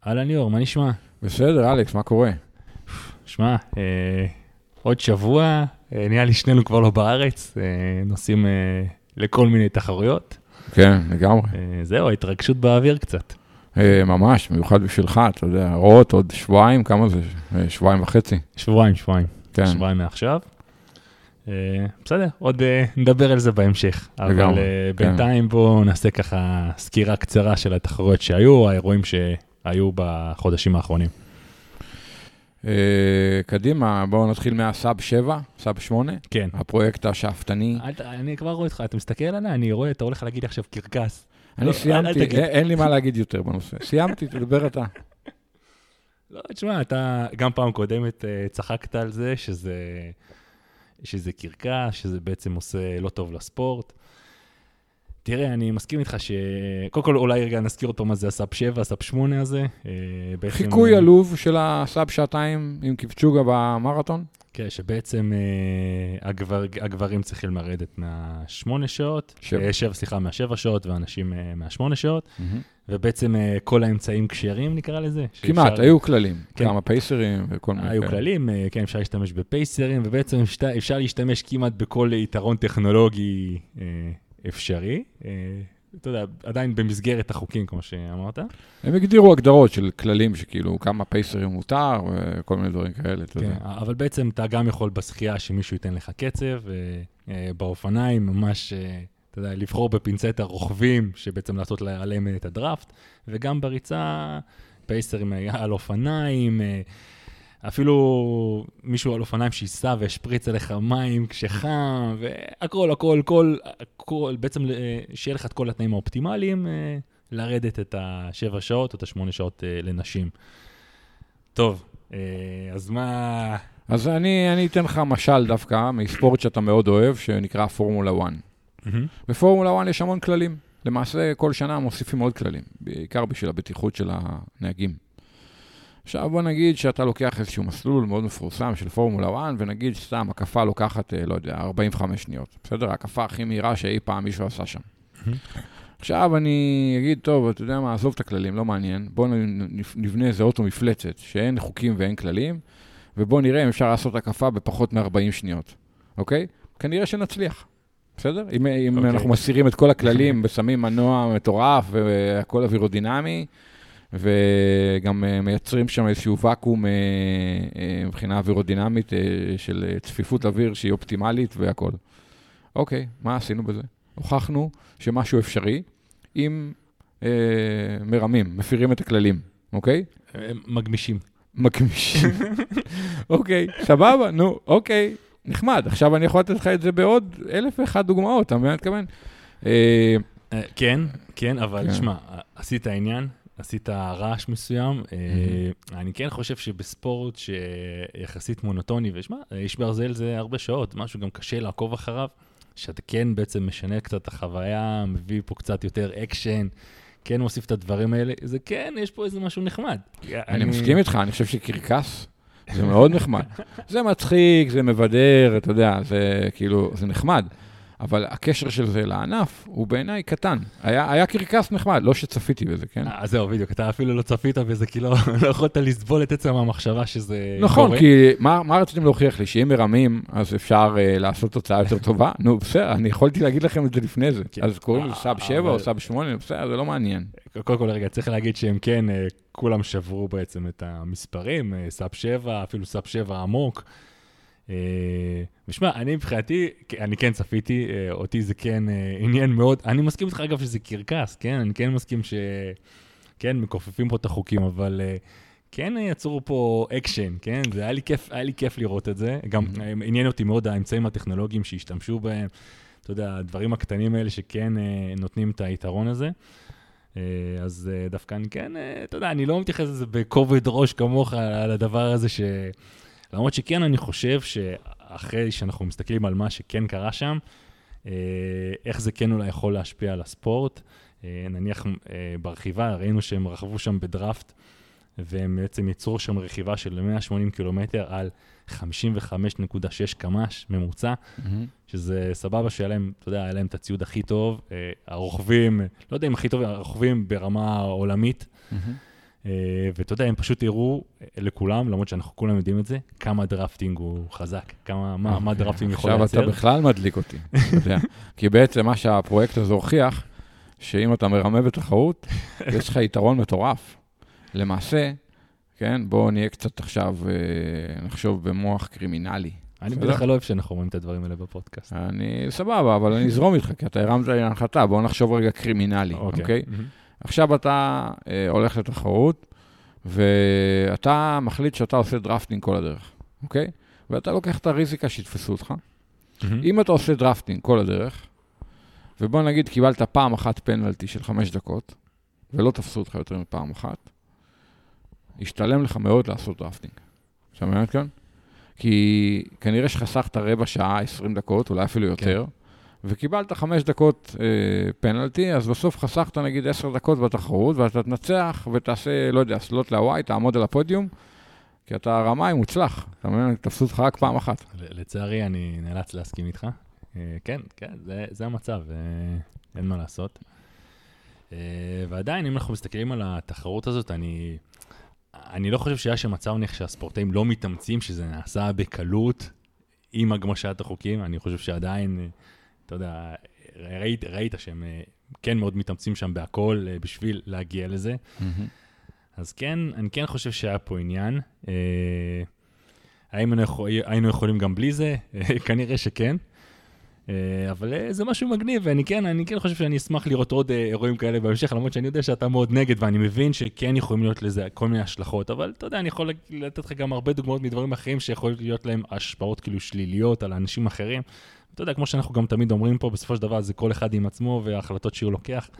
אהלן ליאור, מה נשמע? בסדר, אלכס, מה קורה? שמע, עוד שבוע, נראה לי שנינו כבר לא בארץ, נוסעים לכל מיני תחרויות. כן, לגמרי. זהו, ההתרגשות באוויר קצת. ממש, מיוחד בשבילך, אתה יודע, עוד שבועיים, כמה זה? שבועיים וחצי. שבועיים. כן. שבועיים מעכשיו. בסדר, עוד נדבר על זה בהמשך. לגמרי, אבל בינתיים בואו נעשה ככה סקירה קצרה של התחרויות שהיו, האירועים שהיו בחודשים האחרונים. קדימה, בואו נתחיל מהסאב 7, סאב 8. כן. הפרויקט השאפתני. אני כבר רואה אותך, אתה מסתכל עליי, אני רואה, אתה הולך להגיד עכשיו קרקס. אני סיימתי, אין לי מה להגיד יותר בנושא. סיימתי, תדבר אתה. לא, תשמע, אתה גם פעם קודמת צחקת על זה, שזה קרקס, שזה בעצם עושה לא טוב לספורט. תראה, אני מסכים איתך קודם כל אולי רגע נזכיר אותו מה זה הסאב 7, הסאב 8 הזה. חיקוי עלוב של הסאב שעתיים עם קיפצ'וגה במרתון. כן, שבעצם הגברים צריכים לרדת מה-8 שעות, מה-7 שעות, ואנשים מה-8 שעות, ובעצם כל האמצעים כשרים נקרא לזה. כמעט, היו כללים, כמה פייסרים וכל מיני. היו כללים, כן, אפשר להשתמש בפייסרים, ובעצם אפשר להשתמש כמעט בכל יתרון טכנולוגי אפשרי. אתה יודע, עדיין במסגרת החוקים, כמו שאמרת. הם הגדירו הגדרות של כללים שכאילו כמה פייסרים מותר וכל מיני דברים כאלה. כן, אבל בעצם אתה גם יכול בשחייה שמישהו ייתן לך קצב, באופניים ממש, אתה יודע, לבחור בפינצט הרוכבים, שבעצם לעשות עליהם את הדרפט, וגם בריצה, פייסרים על אופניים, אפילו מישהו על אופניים שיסע והשפריץ עליך מים כשחם, והכל, בעצם שיהיה לך את כל התנאים האופטימליים, לרדת את ה7 שעות או את ה8 שעות לנשים. טוב, אז מה... אז אני אתן לך משל דווקא מספורט שאתה מאוד אוהב, שנקרא פורמולה 1. בפורמולה 1 יש המון כללים. למעשה כל שנה מוסיפים עוד כללים, בעיקר בשביל הבטיחות של הנהגים. עכשיו בוא נגיד שאתה לוקח איזשהו מסלול מאוד מפורסם של פורמולה 1, ונגיד סתם הקפה לוקחת, לא יודע, 45 שניות. בסדר? הקפה הכי מהירה שאי פעם מישהו עשה שם. עכשיו אני אגיד, טוב, אתה יודע מה, עזוב את הכללים, לא מעניין. בוא נבנה איזה אוטו מפלצת, שאין חוקים ואין כללים, ובוא נראה אם אפשר לעשות הקפה בפחות מ-40 שניות. אוקיי? כנראה שנצליח. בסדר? אם אנחנו מסירים את כל הכללים, ושמים מנוע מטורף והכל אווירודינמי, וגם מייצרים שם איזשהו ואקום מבחינה אווירודינמית של צפיפות אוויר שהיא אופטימלית והכל. אוקיי, מה עשינו בזה? הוכחנו שמשהו אפשרי אם מרמים, מפירים את הכללים, אוקיי? מגמישים. אוקיי, סבבה, נו, אוקיי, נחמד. עכשיו אני יכול לתת לך את זה בעוד 1,001 דוגמאות, אתה מבין? תכוון. כן, אבל שמע, עשית העניין, עשית רעש מסוים, אני כן חושב שבספורט שיחסית מונוטוני, ושמע, איש ברזל זה הרבה שעות, משהו גם קשה לעקוב אחריו, שאתה כן בעצם משנה קצת את החוויה, מביא פה קצת יותר אקשן, כן מוסיף את הדברים האלה, זה כן, יש פה איזה משהו נחמד. אני מסכים איתך, אני חושב שקרקס זה מאוד נחמד. זה מצחיק, זה מבדר, אתה יודע, זה כאילו, זה נחמד. אבל הקשר של זה לענף הוא בעיניי קטן. היה קרקס נחמד, לא שצפיתי בזה, כן? אז זהו, בדיוק, אתה אפילו לא צפית בזה, כי לא יכולת לסבול את עצם המחשבה שזה נכון, קורה. כי מה רציתם להוכיח לי? שאם מרמים, אז אפשר לעשות תוצאה יותר טובה? נו, בסדר, אני יכולתי להגיד לכם את זה לפני זה. אז קוראים לזה סאב 7 או סאב 8, בסדר, זה לא מעניין. קודם כל, רגע, צריך להגיד שהם כן, כולם שברו בעצם את המספרים, סאב 7, אפילו סאב 7 עמוק. ושמע, אני מבחינתי, אני כן צפיתי, אותי זה כן עניין מאוד, אני מסכים איתך אגב שזה קרקס, כן? אני כן מסכים כן, מכופפים פה את החוקים, אבל כן יצרו פה אקשן, כן? זה היה לי כיף לראות את זה, גם עניין אותי מאוד האמצעים הטכנולוגיים שהשתמשו בהם, אתה יודע, הדברים הקטנים האלה שכן נותנים את היתרון הזה, אז דווקא אני כן, אתה יודע, אני לא מתייחס לזה בכובד ראש כמוך על הדבר הזה למרות שכן, אני חושב שאחרי שאנחנו מסתכלים על מה שכן קרה שם, איך זה כן אולי יכול להשפיע על הספורט. נניח ברכיבה, ראינו שהם רכבו שם בדרפט, והם בעצם יצרו שם רכיבה של 180 קילומטר על 55.6 קמ"ש ממוצע, שזה סבבה שהיה להם, אתה יודע, היה להם את הציוד הכי טוב, הרוכבים, לא יודע אם הכי טוב, הרוכבים ברמה עולמית, ואתה יודע, הם פשוט הראו לכולם, למרות שאנחנו כולם יודעים את זה, כמה דרפטינג הוא חזק, מה דרפטינג יכול לייצר. עכשיו אתה בכלל מדליק אותי, כי בעצם מה שהפרויקט הזה הוכיח, שאם אתה מרמה בתחרות, יש לך יתרון מטורף. למעשה, כן, בואו נהיה קצת עכשיו, נחשוב במוח קרימינלי. אני בדרך כלל לא אוהב שאנחנו רואים את הדברים האלה בפודקאסט. אני סבבה, אבל אני אזרום איתך, כי אתה הרמת לי להנחתה, בואו נחשוב רגע קרימינלי, אוקיי? עכשיו אתה הולך לתחרות, ואתה מחליט שאתה עושה דרפטינג כל הדרך, אוקיי? ואתה לוקח את הריזיקה שיתפסו אותך. אם אתה עושה דרפטינג כל הדרך, ובוא נגיד קיבלת פעם אחת פנלטי של 5 דקות, ולא תפסו אותך יותר מפעם אחת, ישתלם לך מאוד לעשות דרפטינג. שמעת כאן? כי כנראה שחסכת רבע שעה, 20 דקות, אולי אפילו יותר, וקיבלת 5 דקות פנלטי, אז בסוף חסכת נגיד 10 דקות בתחרות, ואתה תנצח ותעשה, לא יודע, סלוט להוואי, תעמוד על הפודיום, כי אתה רמאי מוצלח, אתה מבין, תפסו אותך רק פעם אחת. לצערי, אני נאלץ להסכים איתך. כן, זה המצב, אין מה לעשות. ועדיין, אם אנחנו מסתכלים על התחרות הזאת, אני לא חושב שהיה שמצב נך שהספורטאים לא מתאמצים, שזה נעשה בקלות עם הגמשת החוקים. אני חושב שעדיין, אתה יודע, ראית שהם כן מאוד מתאמצים שם בהכל בשביל להגיע לזה. אז כן, אני כן חושב שהיה פה עניין. האם היינו יכולים גם בלי זה? כנראה שכן. אבל זה משהו מגניב, ואני כן חושב שאני אשמח לראות עוד אירועים כאלה בהמשך, למרות שאני יודע שאתה מאוד נגד, ואני מבין שכן יכולים להיות לזה כל מיני השלכות, אבל אתה יודע, אני יכול לתת לך גם הרבה דוגמאות מדברים אחרים, שיכול להיות להם השפעות כאילו שליליות על אנשים אחרים. אתה יודע, כמו שאנחנו גם תמיד אומרים פה, בסופו של דבר זה כל אחד עם עצמו, וההחלטות שהוא לוקח.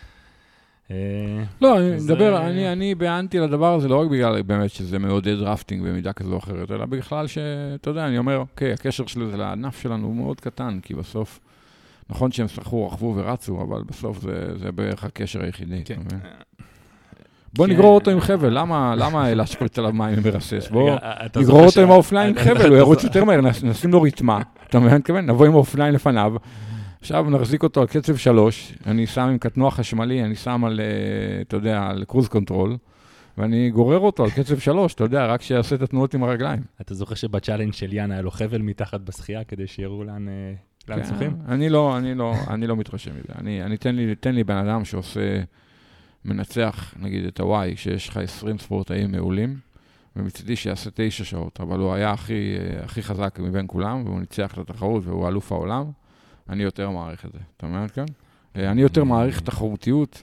לא, אני מדבר, אני באנטי לדבר הזה, לא רק בגלל באמת שזה מעודד דרפטינג במידה כזו או אחרת, אלא בכלל שאתה יודע, אני אומר, אוקיי, הקשר שלי זה לענף שלנו הוא מאוד קטן, כי בסוף, נכון שהם שחו, רכבו ורצו, אבל בסוף זה בערך הקשר היחידי. בוא נגרור אותו עם חבל, למה להשפריץ עליו מים ומרסס? בוא נגרור אותו עם האופליין עם חבל, הוא ירוץ יותר מהר, נשים לו ריתמה, אתה מבין? נבוא עם האופליין לפניו, עכשיו נחזיק אותו על קצב 3, אני שם עם קטנוע חשמלי, אני שם על, אתה יודע, על קרוז קונטרול, ואני גורר אותו על קצב 3, אתה יודע, רק שיעשה את התנועות עם הרגליים. אתה זוכר שבצ'אלנג' של יאן היה לו חבל מתחת בשחייה, כדי שיראו לאן צוחים? אני לא מתרשם מזה. תן לי בן אדם שעושה, מנצח, נגיד, את הוואי, שיש לך 20 ספורטאים מעולים, ומצדי שיעשה 9 שעות, אבל הוא היה הכי חזק מבין כולם, והוא ניצח את התחרות, והוא אלוף העולם. אני יותר מעריך את זה, אתה אומר כאן? אני יותר מעריך תחרותיות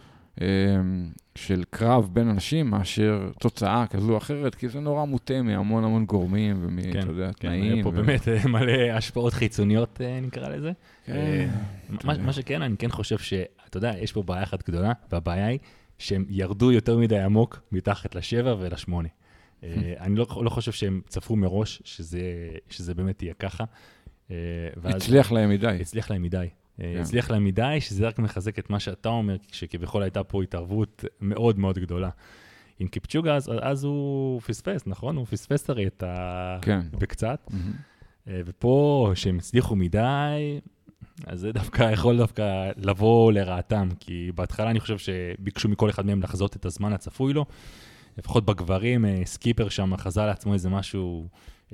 של קרב בין אנשים, מאשר תוצאה כזו או אחרת, כי זה נורא מוטה מהמון המון גורמים, ומתנאים. כן, פה באמת מלא השפעות חיצוניות, נקרא לזה. מה שכן, אני כן חושב שאתה יודע, יש פה בעיה אחת גדולה, והבעיה היא שהם ירדו יותר מדי עמוק מתחת ל7 ול8. אני לא חושב שהם צפו מראש שזה באמת יהיה ככה. הצליח להם מדי. הצליח להם מדי, שזה רק מחזק את מה שאתה אומר, שכביכול הייתה פה התערבות מאוד מאוד גדולה. עם קיפצ'וגה, אז הוא פספס, נכון? הוא פספס הרי את בקצת. ופה, שהם הצליחו מדי, אז זה יכול דווקא לבוא לרעתם, כי בהתחלה אני חושב שביקשו מכל אחד מהם לחזות את הזמן הצפוי לו, לפחות בגברים, סקיפר שם חזה לעצמו איזה משהו 6.45,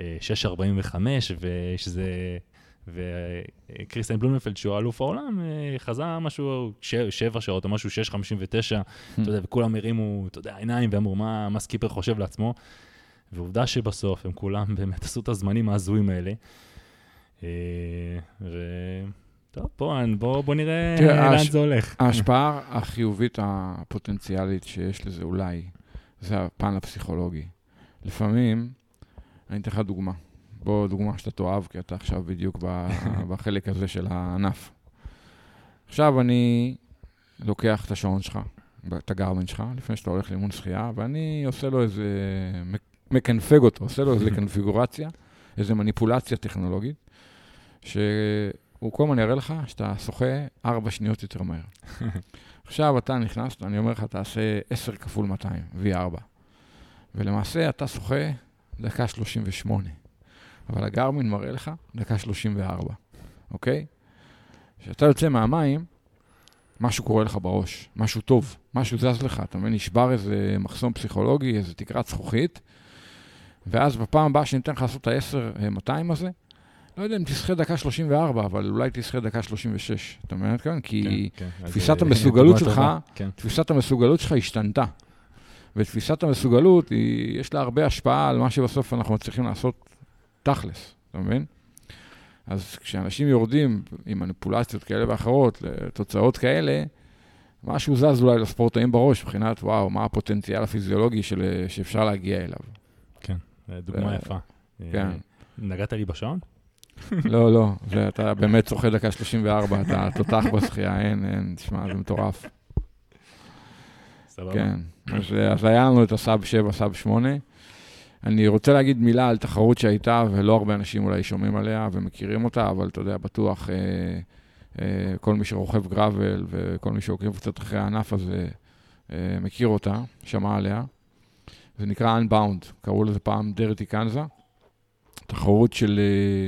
וקריסטיאן בלומנפלד, שהוא אלוף העולם, חזה משהו 7 שעות או משהו 6.59, אתה יודע, וכולם הרימו, אתה יודע, עיניים ואמרו מה סקיפר חושב לעצמו, ועובדה שבסוף הם כולם באמת עשו את הזמנים ההזויים האלה. טוב, בוא נראה לאן זה הולך. ההשפעה החיובית הפוטנציאלית שיש לזה אולי, זה הפן הפסיכולוגי. לפעמים, אני אתן לך דוגמה. דוגמה שאתה תאהב, כי אתה עכשיו בדיוק בחלק הזה של הענף. עכשיו אני לוקח את השעון שלך, את הגרמן שלך, לפני שאתה הולך לאימון שחייה, ואני עושה לו איזה, מקנפג אותו, עושה לו איזה קונפיגורציה, איזה מניפולציה טכנולוגית, שהוא כל הזמן יראה לך שאתה שוחה 4 שניות יותר מהר. עכשיו אתה נכנס, אני אומר לך, תעשה 10 כפול 200, V4. ולמעשה אתה שוחה דקה 38. אבל הגרמין מראה לך דקה 34, אוקיי? כשאתה יוצא מהמים, משהו קורה לך בראש, משהו טוב, משהו זז לך, אתה מבין, נשבר איזה מחסום פסיכולוגי, איזה תקרת זכוכית, ואז בפעם הבאה שניתן לך לעשות ה-10-200 הזה, לא יודע אם תשחה דקה 34, אבל אולי תשחה דקה 36, אתה מבין כאן? כי תפיסת המסוגלות שלך, תפיסת המסוגלות שלך השתנתה. ותפיסת המסוגלות, יש לה הרבה השפעה על מה שבסוף אנחנו צריכים לעשות תכלס, אתה מבין? אז כשאנשים יורדים עם מניפולציות כאלה ואחרות, לתוצאות כאלה, משהו זז אולי לספורטאים בראש, מבחינת, וואו, מה הפוטנציאל הפיזיולוגי שאפשר להגיע אליו. כן, דוגמה יפה. כן. נגעת לי בשעון? לא, לא, אתה באמת צוחה דקה 34, אתה תותח בשחייה, אין, תשמע, זה מטורף. סבבה. כן, אז היה לנו את הסאב 7, סאב 8. אני רוצה להגיד מילה על תחרות שהייתה, ולא הרבה אנשים אולי שומעים עליה ומכירים אותה, אבל אתה יודע, בטוח כל מי שרוכב גרבל וכל מי שעוקב קצת אחרי הענף הזה מכיר אותה, שמע עליה. זה נקרא Unbound, קראו לזה פעם דרטי קנזה. תחרות של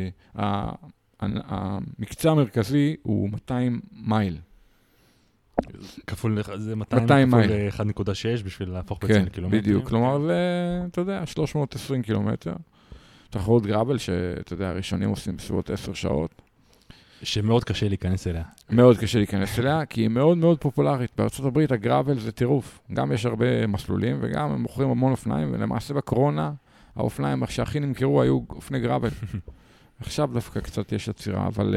המקצה המרכזי הוא 200 מייל. כפול, זה 200 כפול 1.6 בשביל להפוך בעצם לקילומטרים. כן, בדיוק, כלומר זה, אתה יודע, 320 קילומטר. תחרות גרבל שאתה יודע, הראשונים עושים בסביבות 10 שעות. שמאוד קשה להיכנס אליה. מאוד קשה להיכנס אליה, כי היא מאוד מאוד פופולרית. בארצות הברית הגרבל זה טירוף. גם יש הרבה מסלולים וגם הם מוכרים המון אופניים, ולמעשה בקורונה האופניים שהכי נמכרו היו אופני גרבל. עכשיו דווקא קצת יש עצירה, אבל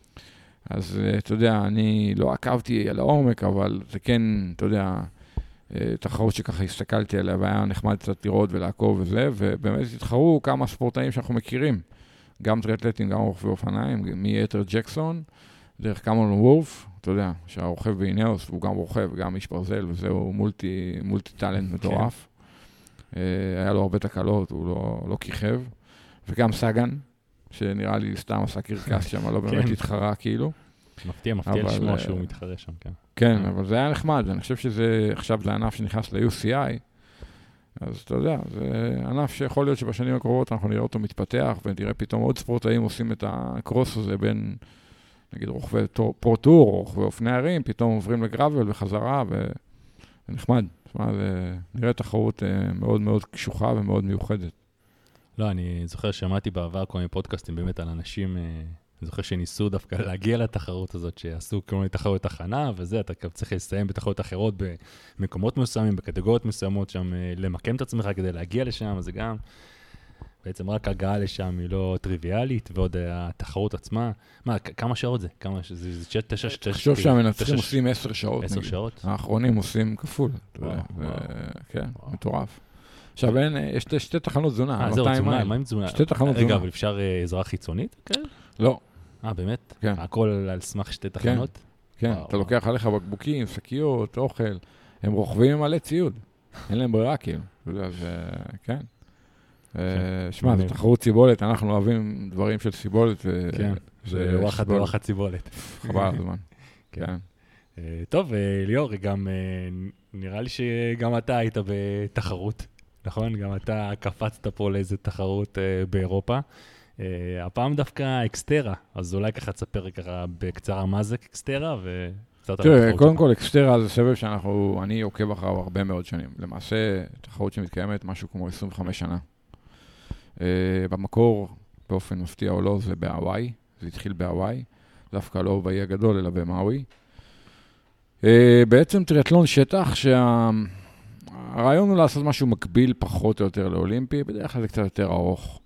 אז אתה יודע, אני לא עקבתי על העומק, אבל זה כן, אתה יודע, תחרות שככה הסתכלתי עליה, והיה נחמד קצת לראות ולעקוב וזה, ובאמת התחרו כמה ספורטאים שאנחנו מכירים, גם טריאטלטים, גם רוכבי אופניים, מיתר ג'קסון, דרך קמרון וולף, אתה יודע, שהרוכב באינאוס, הוא גם רוכב, גם איש ברזל, וזהו מולטי טלנט מטורף. היה לו הרבה תקלות, הוא לא כיכב, וגם סגן, שנראה לי סתם עשה קרקס שם, לא באמת התחרה כאילו. מפתיע לשמוע שהוא מתחרה שם, כן. כן, אבל זה היה נחמד, אני חושב שזה, עכשיו זה ענף שנכנס ל-UCI, אז אתה יודע, זה ענף שיכול להיות שבשנים הקרובות אנחנו נראה אותו מתפתח, ונראה פתאום עוד ספורטאים עושים את הקרוס הזה בין, נגיד, רוכבי פורטור, רוכבי אופני ערים, פתאום עוברים לגרבל וחזרה, ונחמד. נראה תחרות מאוד מאוד קשוחה ומאוד מיוחדת. לא, אני זוכר שמעתי בעבר כל מיני פודקאסטים באמת על אנשים, אני זוכר שניסו דווקא להגיע לתחרות הזאת, שעשו כל מיני תחרות הכנה, וזה, אתה צריך לסיים בתחרות אחרות במקומות מסוימים, בקטגוריות מסוימות שם, למקם את עצמך כדי להגיע לשם, אז זה גם, בעצם רק הגעה לשם היא לא טריוויאלית, ועוד התחרות עצמה, מה, כמה שעות זה? כמה שזה? זה 9 שעות? תחשוב שהמנצחים עושים 10 שעות. 10 שעות? האחרונים עושים כפול. כן, מטורף. עכשיו, יש שתי תחנות תזונה. זהו, תזונה, מה עם תזונה? שתי תחנות תזונה. רגע, אבל אפשר עזרה חיצונית? כן. לא. באמת? כן. הכל על סמך שתי תחנות? כן, אתה לוקח עליך בקבוקים, שקיות, אוכל, הם רוכבים עם מלא ציוד. אין להם ברירה, כאילו. כן. שמע, זה תחרות סיבולת, אנחנו אוהבים דברים של סיבולת. כן, זה וואחד סיבולת. חבל הזמן. כן. טוב, ליאור, גם נראה לי שגם אתה היית בתחרות, נכון? גם אתה קפצת פה לאיזו תחרות באירופה. הפעם דווקא אקסטרה, אז אולי ככה תספר ככה בקצרה מה זה אקסטרה וקצת על התחרות. תראה, קודם כל אקסטרה זה סבב שאני עוקב אחריו הרבה מאוד שנים. למעשה, תחרות שמתקיימת משהו כמו 25 שנה. במקור, באופן מפתיע או לא, זה בהוואי, זה התחיל בהוואי, דווקא לא באי הגדול, אלא במאווי. בעצם טריאטלון שטח שהרעיון הוא לעשות משהו מקביל פחות או יותר לאולימפי, בדרך כלל זה קצת יותר ארוך.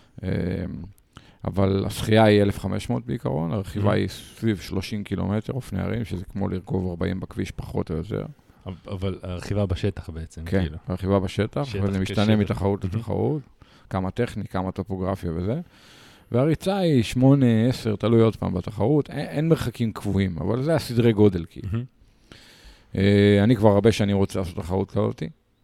אבל השחייה היא 1,500 בעיקרון, הרכיבה היא סביב 30 קילומטר אופני ערים, שזה כמו לרכוב 40 בכביש פחות או יותר. אבל הרכיבה בשטח בעצם. כן, הרכיבה בשטח, וזה משתנה מתחרות לתחרות, כמה טכני, כמה טופוגרפיה וזה. והריצה היא 8, 10, תלוי עוד פעם בתחרות, אין מרחקים קבועים, אבל זה הסדרי גודל כאילו. אני כבר הרבה שנים רוצה לעשות תחרות כזאת,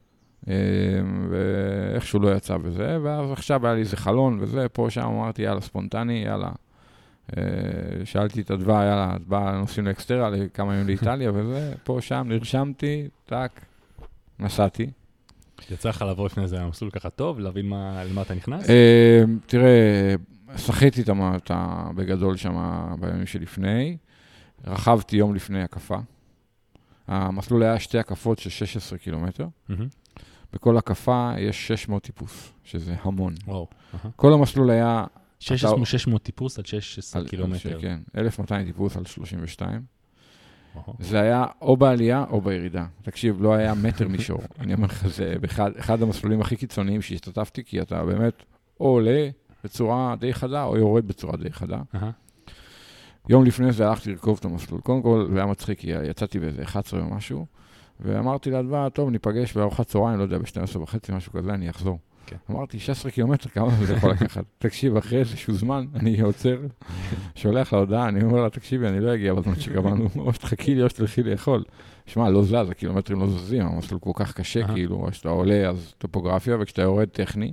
ואיכשהו לא יצא בזה, ואז עכשיו היה לי איזה חלון וזה, פה שם אמרתי, יאללה, ספונטני, יאללה. שאלתי את הדבר, יאללה, נוסעים לאקסטרה לכמה ימים לאיטליה וזה, פה שם נרשמתי, טק, נסעתי. יצא לך לעבור לפני זה המסלול ככה טוב, להבין למה אתה נכנס? תראה, שחיתי בגדול שם בימים שלפני, רכבתי יום לפני הקפה, המסלול היה 2 הקפות של 16 קילומטר. בכל הקפה יש 600 טיפוס, שזה המון. כל המסלול היה... 600 טיפוס על 16 קילומטר. כן, 1,200 טיפוס על 32. זה היה או בעלייה או בירידה. תקשיב, לא היה מטר מישור. אני אומר לך, זה אחד המסלולים הכי קיצוניים שהשתתפתי, כי אתה באמת או עולה בצורה די חדה, או יורד בצורה די חדה. יום לפני זה הלכתי לרכוב את המסלול. קודם כל, זה היה מצחיק, כי יצאתי באיזה 11 או משהו, ואמרתי לאדווה, טוב, ניפגש בארוחת צהריים, לא יודע, ב-12:30, משהו כזה, אני אחזור. אמרתי, 16 קילומטר, כמה זה יכול לקחת? תקשיב, אחרי איזשהו זמן, אני עוצר, שולח להודעה, אני אומר לה, תקשיבי, אני לא אגיע בזמן שקבענו, או שתחכי לי, או שתלכי לאכול. שמע, לא זז, הקילומטרים לא זזים, המסלול כל כך קשה, כאילו, כשאתה עולה, אז טופוגרפיה, וכשאתה יורד טכני.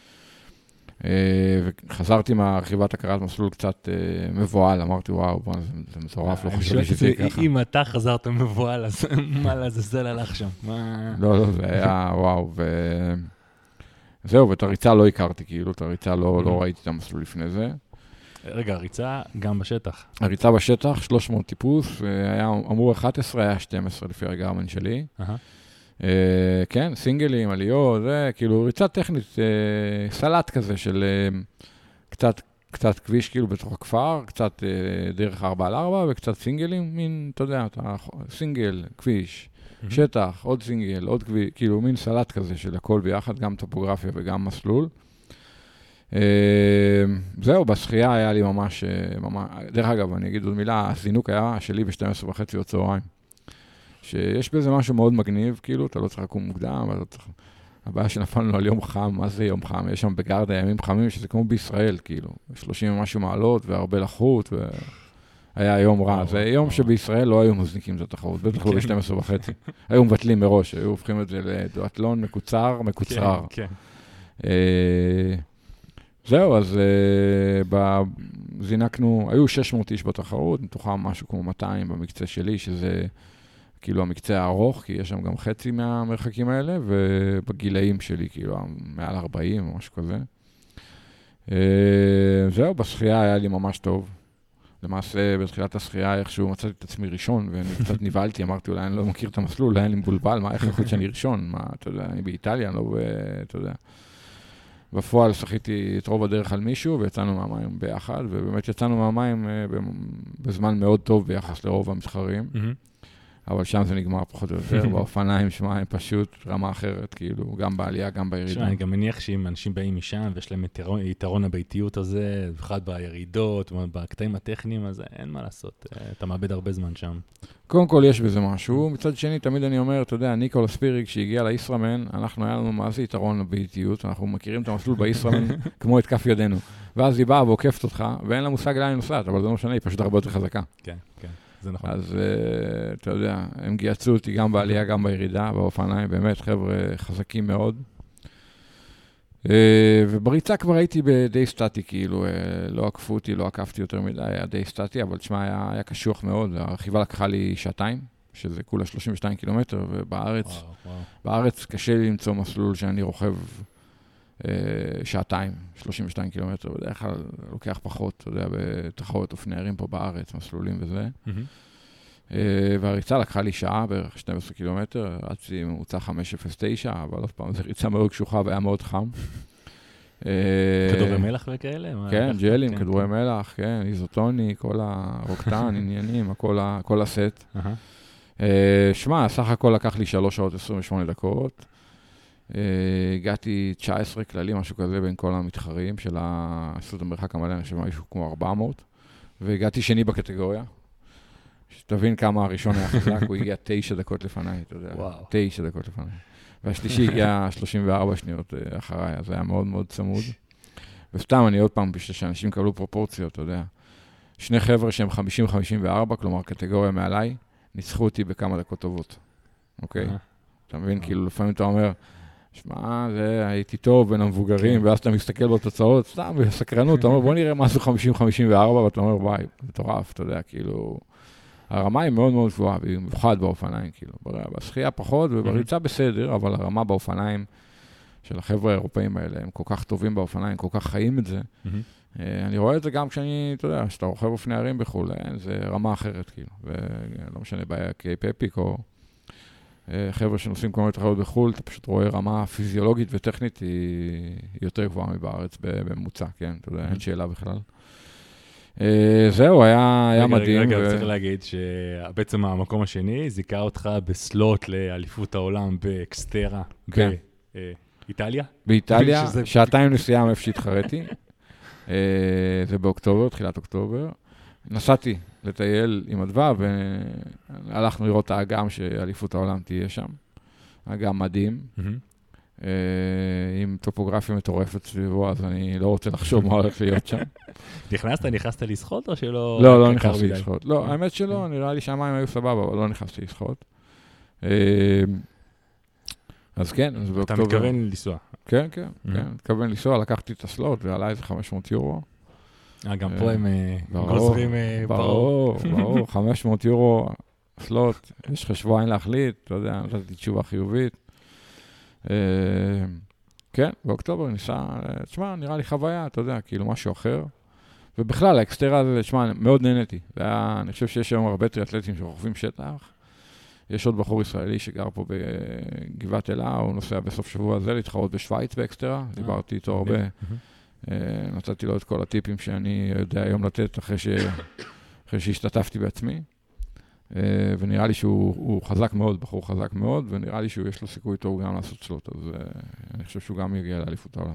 וחזרתי מהרכיבת הקרת מסלול קצת מבועל, אמרתי, וואו, זה מטורף, לא חושב שזה ככה. אם אתה חזרת מבועל, אז מה לעזאזל הלך שם? לא, זה היה, וואו, זהו, ואת הריצה לא הכרתי, כאילו, את הריצה לא ראיתי את המסלול לפני זה. רגע, הריצה גם בשטח. הריצה בשטח, 300 טיפוס, אמרו 11, היה 12 לפי הגרמן שלי. כן, סינגלים, עליות, זה כאילו ריצה טכנית, סלט כזה של קצת כביש כאילו בתוך הכפר, קצת דרך 4x4 וקצת סינגלים, מין, אתה יודע, סינגל, כביש. שטח, עוד סינגל, עוד כביש, כאילו מין סלט כזה של הכל ביחד, גם טופוגרפיה וגם מסלול. זהו, בשחייה היה לי ממש, דרך אגב, אני אגיד עוד מילה, הזינוק היה שלי ב-12:30 בצהריים. שיש בזה משהו מאוד מגניב, כאילו, אתה לא צריך לקום מוקדם, אבל הבעיה שנפלנו על יום חם, מה זה יום חם? יש שם בגרדה ימים חמים, שזה כמו בישראל, כאילו, 30 ומשהו מעלות והרבה לחות, היה יום רע. זה יום שבישראל לא היו מזניקים את התחרות, בטח לא ב-12:30. היו מבטלים מראש, היו הופכים את זה לדואטלון מקוצר. זהו, אז זינקנו, היו 600 איש בתחרות, מתוכם משהו כמו 200 במקצה שלי, שזה כאילו המקצה הארוך, כי יש שם גם חצי מהמרחקים האלה, ובגילאים שלי, כאילו, מעל 40 או משהו כזה. זהו, בשחייה היה לי ממש טוב. למעשה, בתחילת השחייה, איכשהו מצאתי את עצמי ראשון, ואני קצת נבהלתי, אמרתי, אולי אני לא מכיר את המסלול, אולי אני מבולבל, מה, איך יכול שאני ראשון? מה, אתה יודע, אני באיטליה, אני לא, אתה יודע. בפועל שחיתי את רוב הדרך על מישהו, ויצאנו מהמים ביחד, ובאמת יצאנו מהמים בזמן מאוד טוב ביחס לרוב המתחרים. אבל שם זה נגמר פחות או יותר, באופניים, שמה, הם פשוט רמה אחרת, כאילו, גם בעלייה, גם בירידה. אני גם מניח שאם אנשים באים משם, ויש להם יתרון הביתיות הזה, במיוחד בירידות, בקטעים הטכניים, אז אין מה לעשות, אתה מאבד הרבה זמן שם. קודם כל יש בזה משהו, מצד שני, תמיד אני אומר, אתה יודע, ניקולה ספיריק, שהגיע לישראמן, אנחנו היה לנו מה זה יתרון הביתיות, אנחנו מכירים את המסלול בישראמן כמו את כף ידינו, ואז היא באה ועוקפת אותך, ואין לה מושג לאן היא נוסעת, אבל זה לא משנה, היא פשוט הרבה יותר חזקה. כן, כן. זה נכון. אז אתה יודע, הם גייצו אותי גם בעלייה, גם בירידה, באופניים, באמת חבר'ה חזקים מאוד. ובריצה כבר הייתי די סטטי, כאילו, לא עקפו אותי, לא עקפתי יותר מדי, היה די סטטי, אבל תשמע, היה קשוח מאוד. הרכיבה לקחה לי 2 שעתיים, שזה כולה 32 קילומטר, ובארץ קשה לי למצוא מסלול שאני רוכב 2 שעתיים, 32 קילומטר, בדרך כלל לוקח פחות, אתה יודע, בתחרות אופני ערים פה בארץ, מסלולים וזה. והריצה לקחה לי שעה, בערך 12 קילומטר, רצתי ממוצע 5.09, אבל עוד פעם, זו ריצה מאוד קשוחה והיה מאוד חם. כדורי מלח וכאלה? כן, ג'לים, כדורי מלח, כן, איזוטוני, כל הרוקטן, עניינים, כל הסט. שמע, סך הכל לקח לי 3 שעות 28 דקות. הגעתי 19 כללים, משהו כזה, בין כל המתחרים של הסוד המרחק המלא, אני חושב משהו כמו 400, והגעתי שני בקטגוריה. שתבין כמה הראשון היה חזק, הוא הגיע 9 דקות לפניי, אתה יודע. וואו. 9 דקות לפניי. והשלישי הגיע 34 שניות אחריי, אז זה היה מאוד מאוד צמוד. וסתם, אני עוד פעם, בשביל שאנשים קבלו פרופורציות, אתה יודע. 2 חבר'ה שהם 50-54, כלומר, קטגוריה מעליי, ניצחו אותי בכמה דקות טובות. אוקיי? אתה מבין? כאילו, לפעמים אתה אומר, שמע, זה הייתי טוב בין המבוגרים, ואז אתה מסתכל בתוצאות, סתם, בסקרנות, אתה אומר, בוא נראה מה זה 50-54, ואתה אומר, וואי, מטורף, אתה יודע, כאילו, הרמה היא מאוד מאוד גבוהה, במיוחד באופניים, כאילו, בשחייה פחות, ובריצה בסדר, אבל הרמה באופניים של החבר'ה האירופאים האלה, הם כל כך טובים באופניים, כל כך חיים את זה. אני רואה את זה גם כשאני, אתה יודע, שאתה רוכב אופני ערים בחו"ל, זה רמה אחרת, כאילו, ולא משנה, בקייפ אפיק או חבר'ה שנוסעים כל מיני תחרות בחו"ל, אתה פשוט רואה רמה פיזיולוגית וטכנית היא יותר גבוהה מבארץ בממוצע, כן? אתה יודע, אין שאלה בכלל. זהו, היה מדהים. רגע, צריך להגיד שבעצם המקום השני זיכה אותך בסלוט לאליפות העולם באקסטרה באיטליה. באיטליה, שעתיים נסיעה מאיפה שהתחרתי. זה באוקטובר, תחילת אוקטובר. נסעתי לטייל עם אדווה, והלכנו לראות את האגם שאליפות העולם תהיה שם. אגם מדהים. עם טופוגרפיה מטורפת סביבו, אז אני לא רוצה לחשוב מה הולך להיות שם. נכנסת לשחות או שלא... לא נכנסתי לשחות. לא, האמת שלא, נראה לי שהמים היו סבבה, אבל לא נכנסתי לשחות. אז כן, אז באוקטובר... אתה מתכוון לנסוע. כן, מתכוון לנסוע, לקחתי את הסלוט, ועלה איזה 500 יורו. גם פה הם גוזרים ברור, 500 יורו סלוט, יש לך שבועיים להחליט, אתה יודע, נתתי תשובה חיובית. כן, באוקטובר ניסה, תשמע, נראה לי חוויה, אתה יודע, כאילו משהו אחר. ובכלל, האקסטרה הזה, תשמע, מאוד נהניתי. אני חושב שיש היום הרבה טריאטלטים שרוכבים שטח. יש עוד בחור ישראלי שגר פה בגבעת אלה, הוא נוסע בסוף שבוע הזה להתחרות בשוויץ באקסטרה. דיברתי איתו הרבה. נתתי לו את כל הטיפים שאני יודע היום לתת אחרי שהשתתפתי בעצמי. ונראה לי שהוא חזק מאוד, בחור חזק מאוד, ונראה לי שיש לו סיכוי טוב גם לעשות סלוט, אז אני חושב שהוא גם יגיע לאליפות העולם.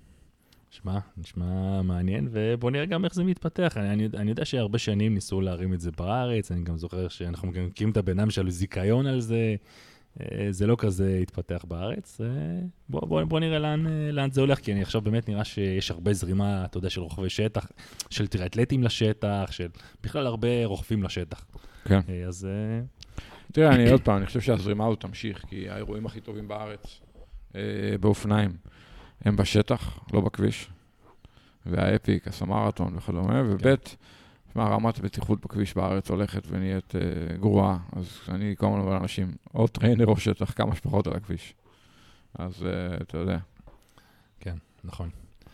נשמע מעניין, ובוא נראה גם איך זה מתפתח. אני יודע שהרבה שנים ניסו להרים את זה בארץ, אני גם זוכר שאנחנו מכירים את הבינם שלו זיכיון על זה, זה לא כזה התפתח בארץ. בוא נראה לאן זה הולך, כי אני עכשיו באמת נראה שיש הרבה זרימה, אתה יודע, של רוכבי שטח, של טריאטלטים לשטח, של בכלל הרבה רוכבים לשטח. כן. אז... תראה, עוד פעם, אני חושב שהזרימה הוא תמשיך, כי האירועים הכי טובים בארץ, באופניים, הם בשטח, לא בכביש. והאפיק, הסמרתון וכדומה, ובית, רמת הבטיחות בכביש בארץ הולכת ונהיית גרועה, אז אני כל מיני אנשים, או טריינר או שטח, כמה שפחות על הכביש. אז אתה יודע. כן, נכון.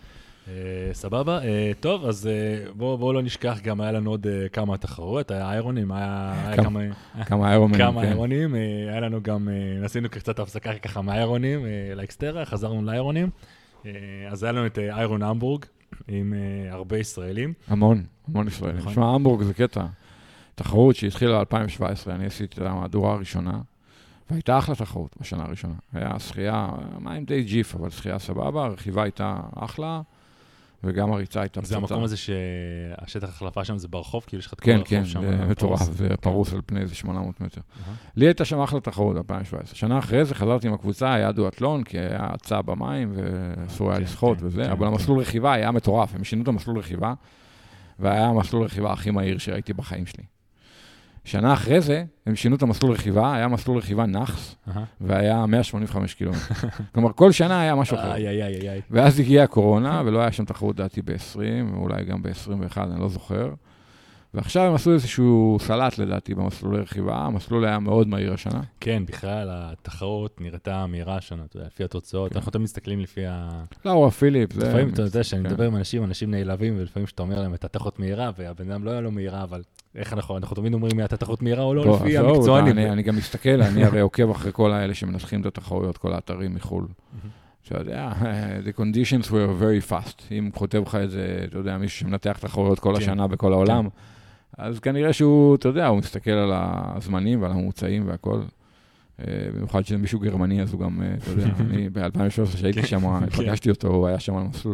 סבבה, טוב, אז בואו לא נשכח, גם היה לנו עוד כמה תחרויות, היה איירונים, היה כמה איירונים, היה לנו גם, עשינו קצת הפסקה ככה מהאיירונים לאקסטרה, חזרנו לאיירונים, אז היה לנו את איירון המבורג, עם הרבה ישראלים. המון ישראלים. תשמע, המבורג זה קטע, תחרות שהתחילה ב-2017, אני עשיתי את המהדורה הראשונה, והייתה אחלה תחרות בשנה הראשונה. היה שחייה, מים די ג'יף, אבל שחייה סבבה, הרכיבה הייתה אחלה, וגם הריצה הייתה זה המקום הזה שהשטח החלפה שם זה ברחוב, כאילו יש לך את כל הרחוב שם. כן, זה מטורף, זה פרוס על פני איזה 800 מטר. לי הייתה שם אחלה תחרות, 2017. שנה אחרי זה חזרתי עם הקבוצה, היה דואטלון, כי היה הצעה במים, ואסור היה לשחות וזה, אבל המסלול רכיבה היה מטורף, הם שינו את המסלול רכיבה, והיה המסלול רכיבה הכי מהיר שראיתי בחיים שלי. שנה אחרי זה, הם שינו את המסלול רכיבה, היה מסלול רכיבה נחס, והיה 185 קילומטר. כלומר, כל שנה היה משהו אחר. ואז הגיעה הקורונה, ולא היה שם תחרות דעתי ב-20, ואולי גם ב-21, אני לא זוכר. ועכשיו הם עשו איזשהו סלט לדעתי במסלול רכיבה, המסלול היה מאוד מהיר השנה. כן, בכלל התחרות נראתה מהירה השנה, אתה יודע, לפי התוצאות, אנחנו תמיד מסתכלים לפי לאורה פיליפ, זה... לפעמים אתה יודע שאני מדבר עם אנשים נעלבים, ולפעמים שאתה אומר להם, אתה תחרות מהירה, והבן אדם לא היה לו מהירה, אבל איך אנחנו תמיד אומרים, אתה תחרות מהירה או לא, לפי המקצוענים. אני גם מסתכל, אני הרי עוקב אחרי כל האלה שמנסחים את התחרויות, כל האתרים מחול. אתה יודע, the conditions were very fast. אם כותב לך את זה, אתה יודע, מישהו שמנתח תחרויות כל השנה בכל העולם, אז כנראה שהוא, אתה יודע, הוא מסתכל על הזמנים ועל הממוצעים והכל. במיוחד שזה מישהו גרמני, אז הוא גם, אתה יודע, אני ב-2013 שהייתי שם, פגשתי אותו, הוא היה שם על מסלול.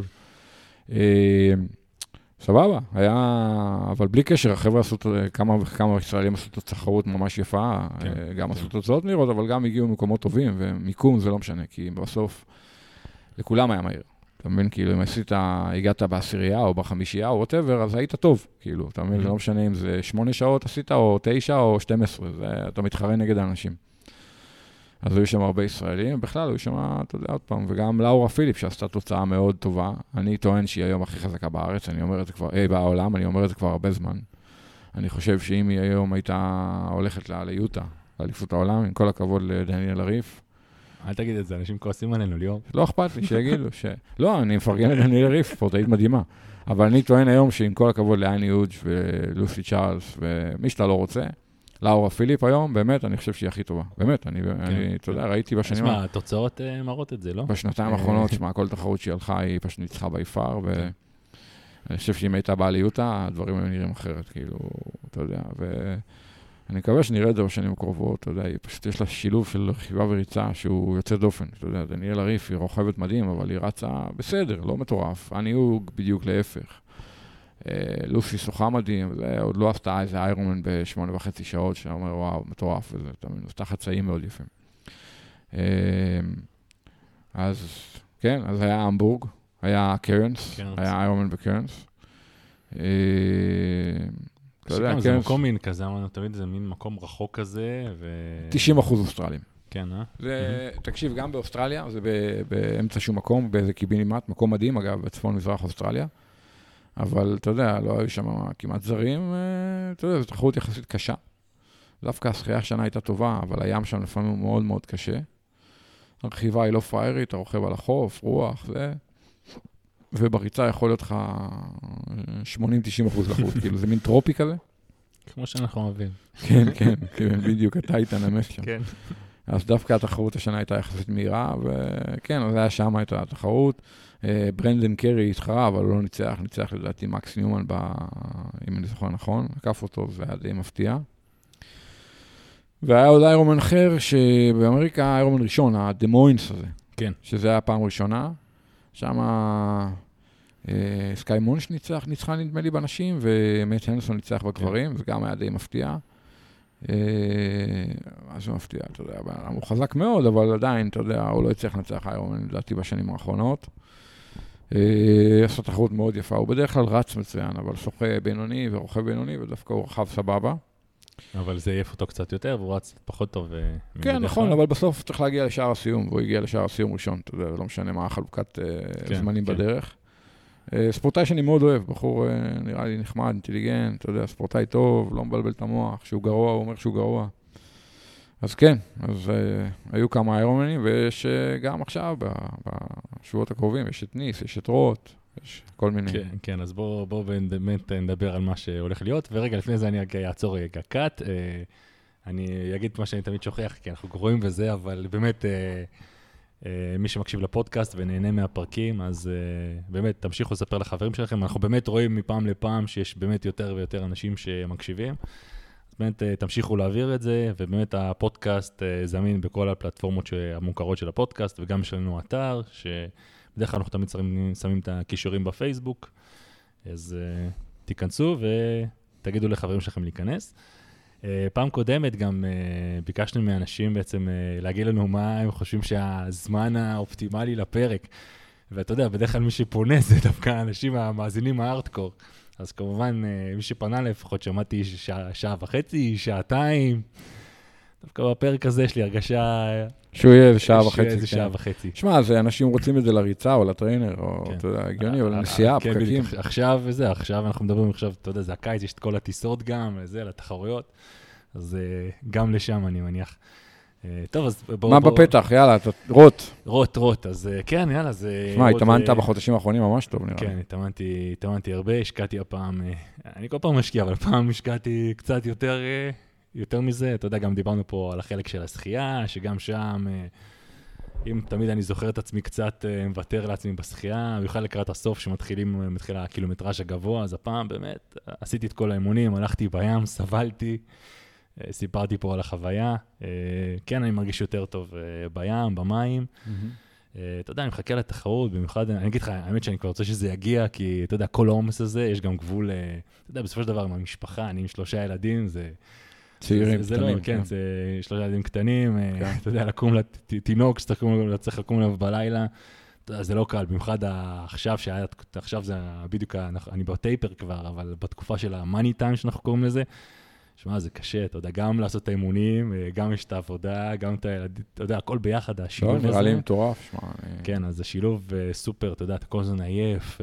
סבבה, היה, אבל בלי קשר, החבר'ה עשו, כמה ישראלים עשו את התחרות ממש יפה, גם עשו תוצאות מהירות, אבל גם הגיעו ממקומות טובים, ומיקום זה לא משנה, כי בסוף לכולם היה מהיר. אתה מבין, כאילו, אם הגעת בעשירייה או בחמישייה או whatever, אז היית טוב, כאילו, אתה מבין, זה לא משנה אם זה 8 שעות עשית, או 9 או 12, אתה מתחרה נגד האנשים. אז היו שם הרבה ישראלים, בכלל היו שם, אתה יודע, עוד פעם, וגם לאורה פיליפ שעשתה תוצאה מאוד טובה. אני טוען שהיא היום הכי חזקה בארץ, אני אומר את זה כבר, בעולם, אני אומר את זה כבר הרבה זמן. אני חושב שאם היא היום הייתה הולכת ליוטה, לאליפות העולם, עם כל הכבוד לדניאל הריף. אל תגיד את זה, אנשים כועסים עלינו, ליאור. לא אכפת לי, שיגידו לא, אני מפרגן את דניאל הריף, ספורטאית מדהימה. אבל אני טוען היום שעם כל הכבוד לאני הודג' ולוסי צ'ארלס, ומי שאתה לא רוצה, לאורה פיליפ היום, באמת, אני חושב שהיא הכי טובה. באמת, אני אתה יודע, ראיתי בשנים... תשמע, התוצאות מראות את זה, לא? בשנתיים האחרונות, שמע, כל תחרות שהיא הלכה, היא פשוט ניצחה ביפר, ואני חושב שאם הייתה באה ליוטה, הדברים היו נראים אחרת, כאילו, אתה יודע, ואני מקווה שנראה את זה בשנים הקרובות, אתה יודע, פשוט יש לה שילוב של רכיבה וריצה שהוא יוצא דופן, אתה יודע, דניאל הריף, היא רוכבת מדהים, אבל היא רצה בסדר, לא מטורף, אני הוא בדיוק להפך. לוסי שוחה מדהים, עוד לא עשתה איזה איירומן ב8.5 שעות, שאומר, וואו, מטורף, וזה תחת חצאים מאוד יפים. אז, כן, אז היה המבורג, היה קרנס, היה איירומן בקרנס. זה מקום מין כזה, תמיד זה מין מקום רחוק כזה, 90% אוסטרלים. כן, תקשיב, גם באוסטרליה, זה באמצע שום מקום, באיזה קיבינימט, מקום מדהים, אגב, בצפון מזרח אוסטרליה. אבל אתה יודע, לא היו שם כמעט זרים, אתה יודע, זו תחרות יחסית קשה. דווקא השחייה השנה הייתה טובה, אבל הים שם לפעמים הוא מאוד מאוד קשה. הרכיבה היא לא פריירית, אתה רוכב על החוף, רוח, זה. ובריצה יכול להיות לך 80-90% לחוט, כאילו זה מין טרופי כזה. כמו שאנחנו אוהבים. כן, כן, כן, בדיוק, אתה היית נמס שם. כן. אז דווקא התחרות השנה הייתה יחסית מהירה, וכן, אז היה שם הייתה התחרות. ברנדן קרי התחרה, אבל הוא לא ניצח לדעתי מקס ניומן, אם אני זוכר נכון, עקף אותו, זה היה די מפתיע. והיה עוד איירומן אחר, שבאמריקה איירומן ראשון, הדמוינס הזה. כן. שזה היה פעם ראשונה. שם סקאי מונש ניצחה נדמה לי בנשים, ומט הנסון ניצח בגברים, זה גם היה די מפתיע. משהו מפתיע, אתה יודע, הוא חזק מאוד, אבל עדיין, אתה יודע, הוא לא יצטרך לנצח איירומן, לדעתי בשנים האחרונות. עשה תחרות מאוד יפה, הוא בדרך כלל רץ מצוין, אבל שוחה בינוני ורוכב בינוני, ודווקא הוא רחב סבבה. אבל זה יעף אותו קצת יותר, והוא רץ פחות טוב. כן, נכון, אבל בסוף צריך להגיע לשער הסיום, והוא הגיע לשער הסיום ראשון, אתה יודע, לא משנה מה החלוקת זמנים בדרך. ספורטאי שאני מאוד אוהב, בחור נראה לי נחמד, אינטליגנט, אתה יודע, ספורטאי טוב, לא מבלבל את המוח, שהוא גרוע, הוא אומר שהוא גרוע. אז כן, אז היו כמה איירומנים, ויש גם עכשיו, בשבועות הקרובים, יש את ניס, יש את רוט, יש כל מיני. כן, כן, אז בואו באמת נדבר על מה שהולך להיות, ורגע לפני זה אני אעצור רגע קאט, אני אגיד מה שאני תמיד שוכח, כי אנחנו גרועים בזה, אבל באמת, מי שמקשיב לפודקאסט ונהנה מהפרקים, אז באמת תמשיכו לספר לחברים שלכם, אנחנו באמת רואים מפעם לפעם שיש באמת יותר ויותר אנשים שמקשיבים, באמת תמשיכו להעביר את זה, ובאמת הפודקאסט זמין בכל הפלטפורמות המוכרות של הפודקאסט, וגם יש לנו אתר, שבדרך כלל אנחנו תמיד שמים את הקישורים בפייסבוק, אז תיכנסו ותגידו לחברים שלכם להיכנס. פעם קודמת גם ביקשנו מאנשים בעצם להגיד לנו מה הם חושבים שהזמן האופטימלי לפרק, ואתה יודע, בדרך כלל מי שפונה זה דווקא האנשים המאזינים הארדקור, אז כמובן, מי שפנה לפחות שמעתי שעה וחצי, שעתיים. דווקא בפרק הזה יש לי הרגשה... שהוא יהיה איזה שעה וחצי. איזה שעה וחצי. שמע, זה אנשים רוצים את זה לריצה או לטריינר, או אתה יודע, הגיוני, או לנסיעה, פקקים. עכשיו וזה, עכשיו אנחנו מדברים עכשיו, אתה יודע, זה הקיץ, יש את כל הטיסות גם, לזה, לתחרויות. אז גם לשם אני מניח. טוב, אז בואו... מה בפתח? יאללה, רוט, אז כן, יאללה, זה... שמע, התאמנת בחודשים האחרונים ממש טוב, נראה. כן, התאמנתי הרבה, השקעתי הפעם, אני כל פעם משקיע, אבל הפעם השקעתי קצת יותר מזה, אתה יודע, גם דיברנו פה על החלק של השחייה, שגם שם, אם תמיד אני זוכר את עצמי קצת מוותר לעצמי בשחייה, במיוחד לקראת הסוף שמתחיל הקילומטראז' הגבוה, אז הפעם באמת עשיתי את כל האימונים, הלכתי בים, סבלתי, סיפרתי פה על החוויה, כן, אני מרגיש יותר טוב בים, במים, אתה יודע, אני מחכה לתחרות, במיוחד, אני אגיד לך, האמת שאני כבר רוצה שזה יגיע, כי אתה יודע, כל העומס הזה, יש גם גבול, אתה יודע, בסופו של דבר עם המשפחה, אני עם 3 ילדים, זה... צעירים קטנים. כן, זה 3 ילדים קטנים, אתה יודע, לקום לתינוק, צריך לקום אליו בלילה, זה לא קל, במיוחד עכשיו זה בדיוק, אני בטייפר כבר, אבל בתקופה של המאני טיים שאנחנו קוראים לזה, שמע, זה קשה, אתה יודע, גם לעשות את האימונים, גם יש את העבודה, גם את הילדים, אתה יודע, הכל ביחד, השילוב הזה. נראה לי מטורף, שמע. כן, אז השילוב סופר, אתה יודע, אתה כל הזמן עייף,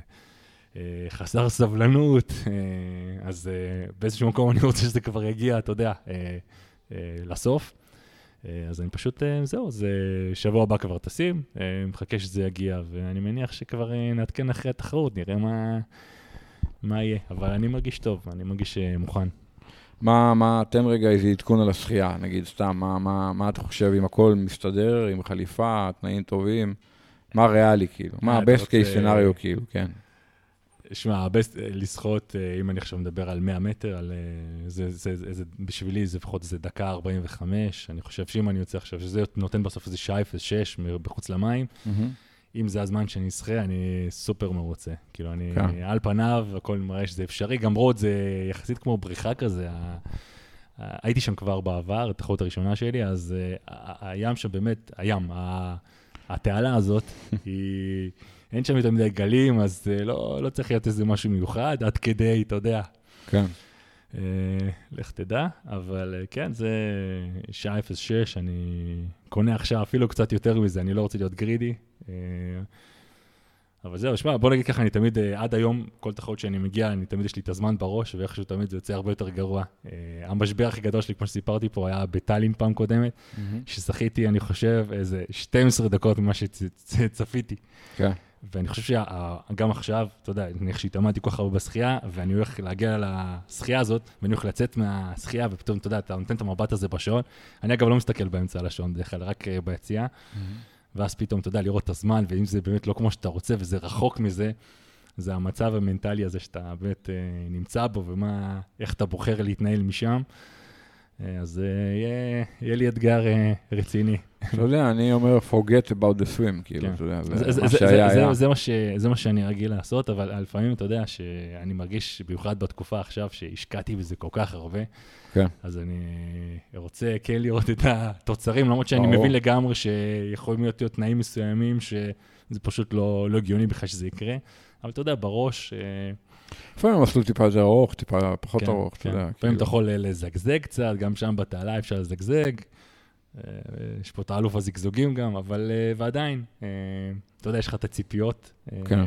חסר סבלנות, אז באיזשהו מקום אני רוצה שזה כבר יגיע, אתה יודע, לסוף. אז אני פשוט, זהו, זה שבוע הבא כבר טסים, מחכה שזה יגיע, ואני מניח שכבר נעדכן אחרי התחרות, נראה מה יהיה. אבל אני מרגיש טוב, אני מרגיש מוכן. תן רגע איזה עדכון על השחייה, נגיד סתם, מה אתה חושב, אם הכל מסתדר, עם חליפה, תנאים טובים, מה ריאלי כאילו, מה ה-best case scenario כאילו, כן. שמע, לשחות, אם אני עכשיו מדבר על 100 מטר, בשבילי זה לפחות איזה דקה 45, אני חושב שאם אני יוצא עכשיו, שזה נותן בסוף איזה שעה 0.6 בחוץ למים, אם זה הזמן שאני אשחה, אני סופר מרוצה. כאילו, אני על פניו, הכל מראה שזה אפשרי, גם רוד זה יחסית כמו בריחה כזה, הייתי שם כבר בעבר, התחרות הראשונה שלי, אז הים שם באמת, התעלה הזאת, אין שם יותר מדי גלים, אז לא צריך להיות איזה משהו מיוחד, עד כדי, אתה יודע. כן. לך תדע, אבל כן, זה שעה 0.6, אני קונה עכשיו אפילו קצת יותר מזה, אני לא רוצה להיות גרידי. אבל זהו, שמע, בוא נגיד ככה, אני תמיד, עד היום, כל תחרות שאני מגיע, אני תמיד יש לי את הזמן בראש, ואיכשהו תמיד זה יוצא הרבה יותר גרוע. המשבר הכי גדול שלי, כמו שסיפרתי פה, היה בטלין פעם קודמת, ששחיתי, אני חושב, איזה 12 דקות ממה שצפיתי. כן. ואני חושב שגם עכשיו, אתה יודע, אני שהתאמנתי כל כך הרבה בשחייה, ואני הולך להגיע לשחייה הזאת, ואני הולך לצאת מהשחייה, ופתאום, אתה יודע, אתה נותן את המבט הזה בשעון. אני אגב לא מסתכל באמצע על השעון, בדרך כלל רק ביציאה. ואז פתאום, אתה יודע, לראות את הזמן, ואם זה באמת לא כמו שאתה רוצה, וזה רחוק מזה, זה המצב המנטלי הזה שאתה באמת נמצא בו, איך אתה בוחר להתנהל משם. אז יהיה לי אתגר רציני. אתה יודע, אני אומר, forget about the swim, כאילו, אתה יודע, מה שהיה. זה מה שאני רגיל לעשות, אבל לפעמים, אתה יודע, שאני מרגיש, במיוחד בתקופה עכשיו, שהשקעתי בזה כל כך הרבה, אז אני רוצה כן לראות את התוצרים, למרות שאני מבין לגמרי שיכולים להיות תנאים מסוימים, שזה פשוט לא הגיוני בכלל שזה יקרה, אבל אתה יודע, בראש... לפעמים מסלול טיפה יותר ארוך, טיפה פחות ארוך, אתה יודע. לפעמים אתה יכול לזגזג קצת, גם שם בתעלה אפשר לזגזג, יש פה את האלוף הזגזוגים גם, אבל ועדיין, אתה יודע, יש לך את הציפיות. כן.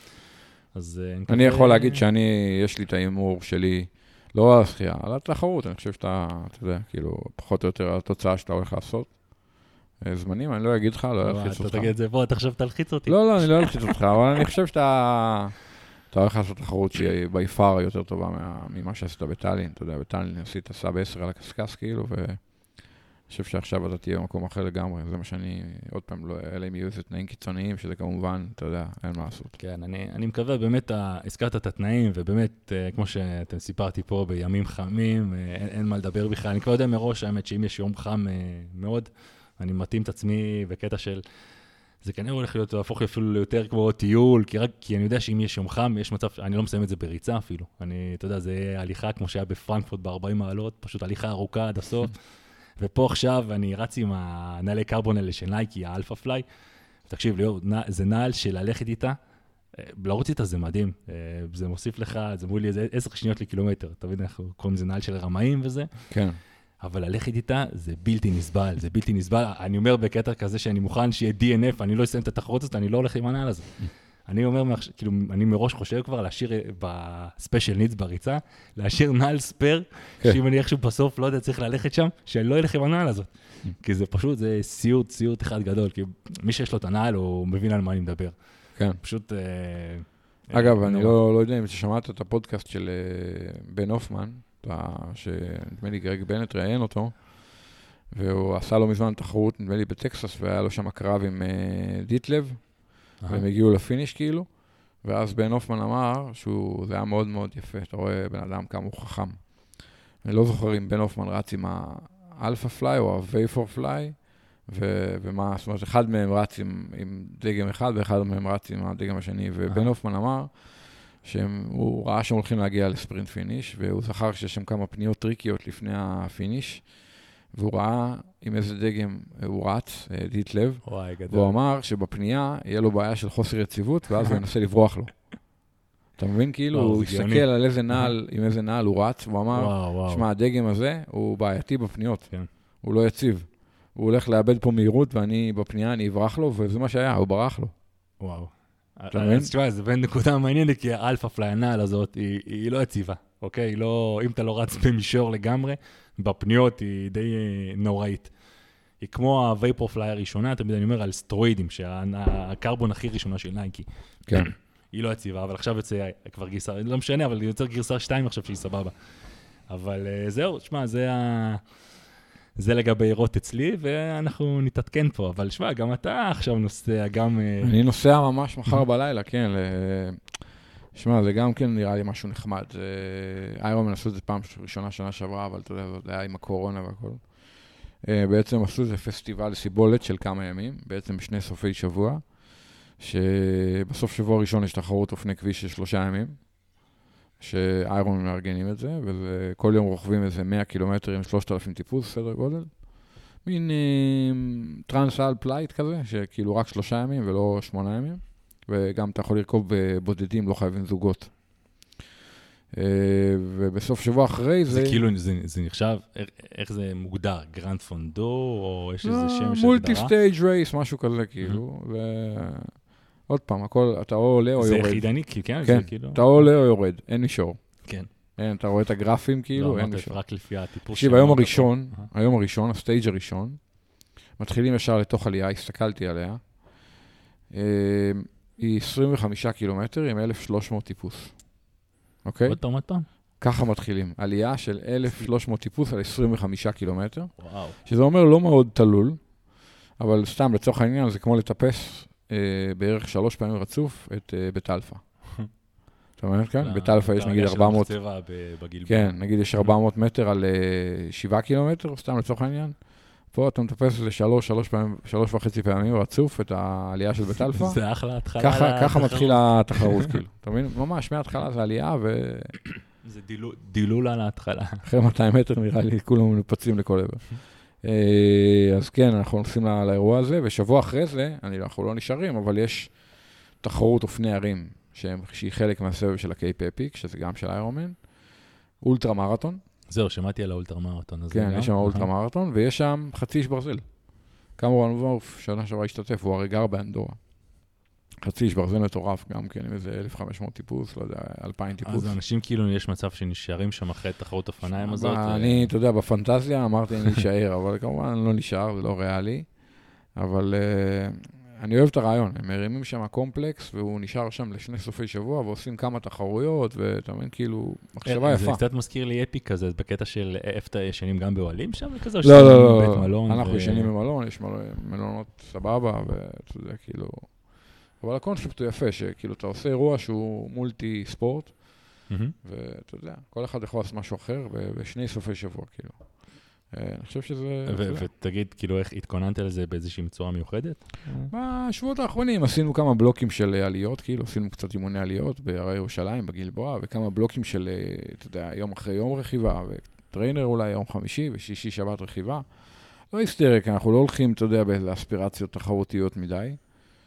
אני יכול להגיד יש לי את האימור שלי, לא על השחייה, על התחרות, אני חושב שאתה, אתה יודע, כאילו, פחות או יותר התוצאה שאתה הולך לעשות. זמנים, אני לא אגיד לך, לא אלחיץ אותך. אתה תגיד את זה, בוא, אתה חושב תלחיץ אותי. לא, אני לא אלחיץ אותך, אבל אני חושב שאתה הולך לעשות תחרות שהיא ביפר יותר טובה ממה שעשית בטלין. אתה יודע, בטלין עשית סאב 10 על הקסקס, כאילו, ואני חושב שעכשיו אתה תהיה במקום אחר לגמרי. זה מה שאני, עוד פעם, אלה אם יהיו איזה תנאים קיצוניים, שזה כמובן, אתה יודע, אין מה לעשות. כן, אני מקווה, באמת, הזכרת את התנאים, ובאמת, כמו שאתם סיפרתי פה, בימים חמים, אין מה לדבר בכלל. אני כבר יודע מראש, האמת, שאם יש יום חם מאוד, אני מתאים את עצמי בקטע של... זה כנראה הולך להיות, להפוך אפילו ליותר כמו טיול, כי אני יודע שאם יש יום חם, יש מצב, אני לא מסיים את זה בריצה אפילו. אתה יודע, זה הליכה כמו שהיה בפרנקפורט ב-40 מעלות, פשוט הליכה ארוכה עד הסוף. ופה עכשיו אני רץ עם הנעלי קרבון האלה של נייקי, האלפא פליי. תקשיב, ליאור, זה נעל של ללכת איתה, לרוץ איתה זה מדהים. זה מוסיף לך, זה מול לי איזה 10 שניות לקילומטר. אתה מבין, אנחנו קוראים לזה נעל של רמאים וזה. כן. אבל ללכת איתה זה בלתי נסבל, זה בלתי נסבל. אני אומר בקטע כזה שאני מוכן שיהיה DNF, אני לא אסיים את התחרות הזאת, אני לא הולך עם הנעל הזה. אני אומר, כאילו, אני מראש חושב כבר להשאיר בספיישל נידס בריצה, להשאיר נעל ספר, שאם אני איכשהו בסוף לא יודע, צריך ללכת שם, שאני לא אלך עם הנעל הזאת. כי זה פשוט, זה סיוט אחד גדול, כי מי שיש לו את הנעל, הוא מבין על מה אני מדבר. כן. פשוט... אגב, אני לא יודע אם שמעת את הפודקאסט של בן הופמן, שנדמה לי גרג בנט ראיין אותו, והוא עשה לו מזמן תחרות, נדמה לי בטקסס, והיה לו שם קרב עם דיטלב, והם הגיעו לפיניש כאילו, ואז בן הופמן אמר שזה היה מאוד מאוד יפה, אתה רואה בן אדם כמה הוא חכם. אני לא זוכר אם בן הופמן רץ עם האלפא פליי או הווייפור פליי, ומה, זאת אומרת, אחד מהם רץ עם דגם אחד, ואחד מהם רץ עם הדגם השני, ובן הופמן אמר, שהוא ראה שהם הולכים להגיע לספרינט פיניש, והוא זכר שיש שם כמה פניות טריקיות לפני הפיניש, והוא ראה עם איזה דגם הוא רץ, דיטלב, והוא אמר שבפנייה יהיה לו בעיה של חוסר יציבות, ואז הוא ינסה לברוח לו. אתה מבין? כאילו, הוא הסתכל על איזה נעל, עם איזה נעל הוא רץ, והוא אמר, שמע, הדגם הזה הוא בעייתי בפניות, הוא לא יציב. הוא הולך לאבד פה מהירות, ואני בפנייה, אני אברח לו, וזה מה שהיה, הוא ברח לו. וואו. אז תשמע, זה בין נקודה מעניינת, כי האלפא פליי הנעל הזאת היא לא יציבה, אוקיי? אם אתה לא רץ במישור לגמרי, בפניות היא די נוראית. היא כמו הווייפור פליי הראשונה, תמיד אני אומר על סטרואידים, שהקרבון הכי ראשונה של נייקי. כן. היא לא יציבה, אבל עכשיו יוצא כבר גרסה, לא משנה, אבל יוצא גרסה 2 עכשיו שהיא סבבה. אבל זהו, תשמע, זה לגבי עירות אצלי, ואנחנו נתעדכן פה, אבל תשמע, גם אתה עכשיו נוסע, גם... אני נוסע ממש מחר בלילה, כן. תשמע, זה גם כן נראה לי משהו נחמד. איירון עשו את זה פעם ראשונה, שנה שעברה, אבל אתה יודע, זה היה עם הקורונה והכל. בעצם עשו איזה פסטיבל סיבולת של כמה ימים, בעצם בשני סופי שבוע, שבסוף שבוע ראשון יש תחרות אופני כביש של 3 ימים, שאיירון מארגנים את זה, וכל יום רוכבים איזה 100 קילומטרים, 3,000 טיפוס, סדר גודל. מין טרנס-אל פלייט כזה, שכאילו רק 3 ימים ולא 8 ימים, וגם אתה יכול לרכוב בבודדים, לא חייבים זוגות. ובסוף שבוע אחרי זה... זה כאילו, זה נחשב, איך זה מוגדר? גרנד פונדו, או יש איזה שם של הגדרה? מולטי סטייג' רייס, משהו כזה כאילו. עוד פעם, הכל, אתה או עולה או יורד. זה יחידני, כן? כן, אתה או עולה או יורד, אין מישור. כן. אתה רואה את הגרפים כאילו, אין מישור. לא, רק לפי הטיפוס. תקשיב, היום הראשון, הסטייג' הראשון, מתחילים ישר לתוך עלייה, הסתכלתי עליה, היא 25 קילומטר עם 1,300 טיפוס. אוקיי? עוד פעם? ככה מתחילים. עלייה של 1,300 טיפוס על 25 קילומטר. וואו. שזה אומר לא מאוד תלול, אבל סתם לצורך העניין זה כמו לטפס בערך 3 פעמים רצוף את בית אלפא. אתה מבין כאן? בית אלפא יש נגיד 400... כן, נגיד יש 400 מטר על 7 קילומטר, סתם לצורך העניין. פה אתה מטפס ל3.5 פעמים רצוף את העלייה של בית אלפא. זה אחלה התחלה. ככה מתחיל התחרות, כאילו. אתה מבין? ממש, מההתחלה זה עלייה ו... זה דילול על ההתחלה. אחרי 200 מטר נראה לי, כולם נפצים לכל עבר. אז כן, אנחנו נוסעים לאירוע הזה, ושבוע אחרי זה, אנחנו לא נשארים, אבל יש תחרות אופני ערים, שהיא חלק מהסבב של הקייפ אפיק, שזה גם של איירומן, אולטרה מרתון. זהו, שמעתי על האולטרה מרתון הזה. כן, יש שם אולטרה מרתון, ויש שם חצי איש ברזל. קמרון וורף, שנה שעברה השתתף, הוא הרי גר באנדורה. חצי איש ברזל מטורף, גם כן, עם איזה 1,500 טיפוס, לא יודע, 2,000 טיפוס. אז אנשים כאילו, יש מצב שנשארים שם אחרי תחרות אופניים הזאת? אני, אתה יודע, בפנטזיה אמרתי אני נשאר, אבל כמובן אני לא נשאר, זה לא ריאלי. אבל אני אוהב את הרעיון, הם מרימים שם קומפלקס, והוא נשאר שם לשני סופי שבוע, ועושים כמה תחרויות, ואתה מבין, כאילו, מחשבה יפה. זה קצת מזכיר לי אפי כזה, בקטע של איפה ישנים גם באוהלים שם, וכזה? לא, אנחנו ישנים במלון, יש מלונות סבבה, ואתה יודע, כאילו... אבל הקונספט הוא יפה, שכאילו אתה עושה אירוע שהוא מולטי ספורט, ואתה יודע, כל אחד יכול לעשות משהו אחר, בשני סופי שבוע, כאילו. אני חושב שזה... ותגיד, כאילו, איך התכוננת לזה באיזושהי מצורה מיוחדת? בשבועות האחרונים עשינו כמה בלוקים של עליות, כאילו, עשינו קצת אימוני עליות בהרי ירושלים, בגלבוע, וכמה בלוקים של, אתה יודע, יום אחרי יום רכיבה, וטריינר אולי יום חמישי, ושישי שבת רכיבה. לא היסטרק, אנחנו לא הולכים, אתה יודע, באספירציות תחרותיות מדי.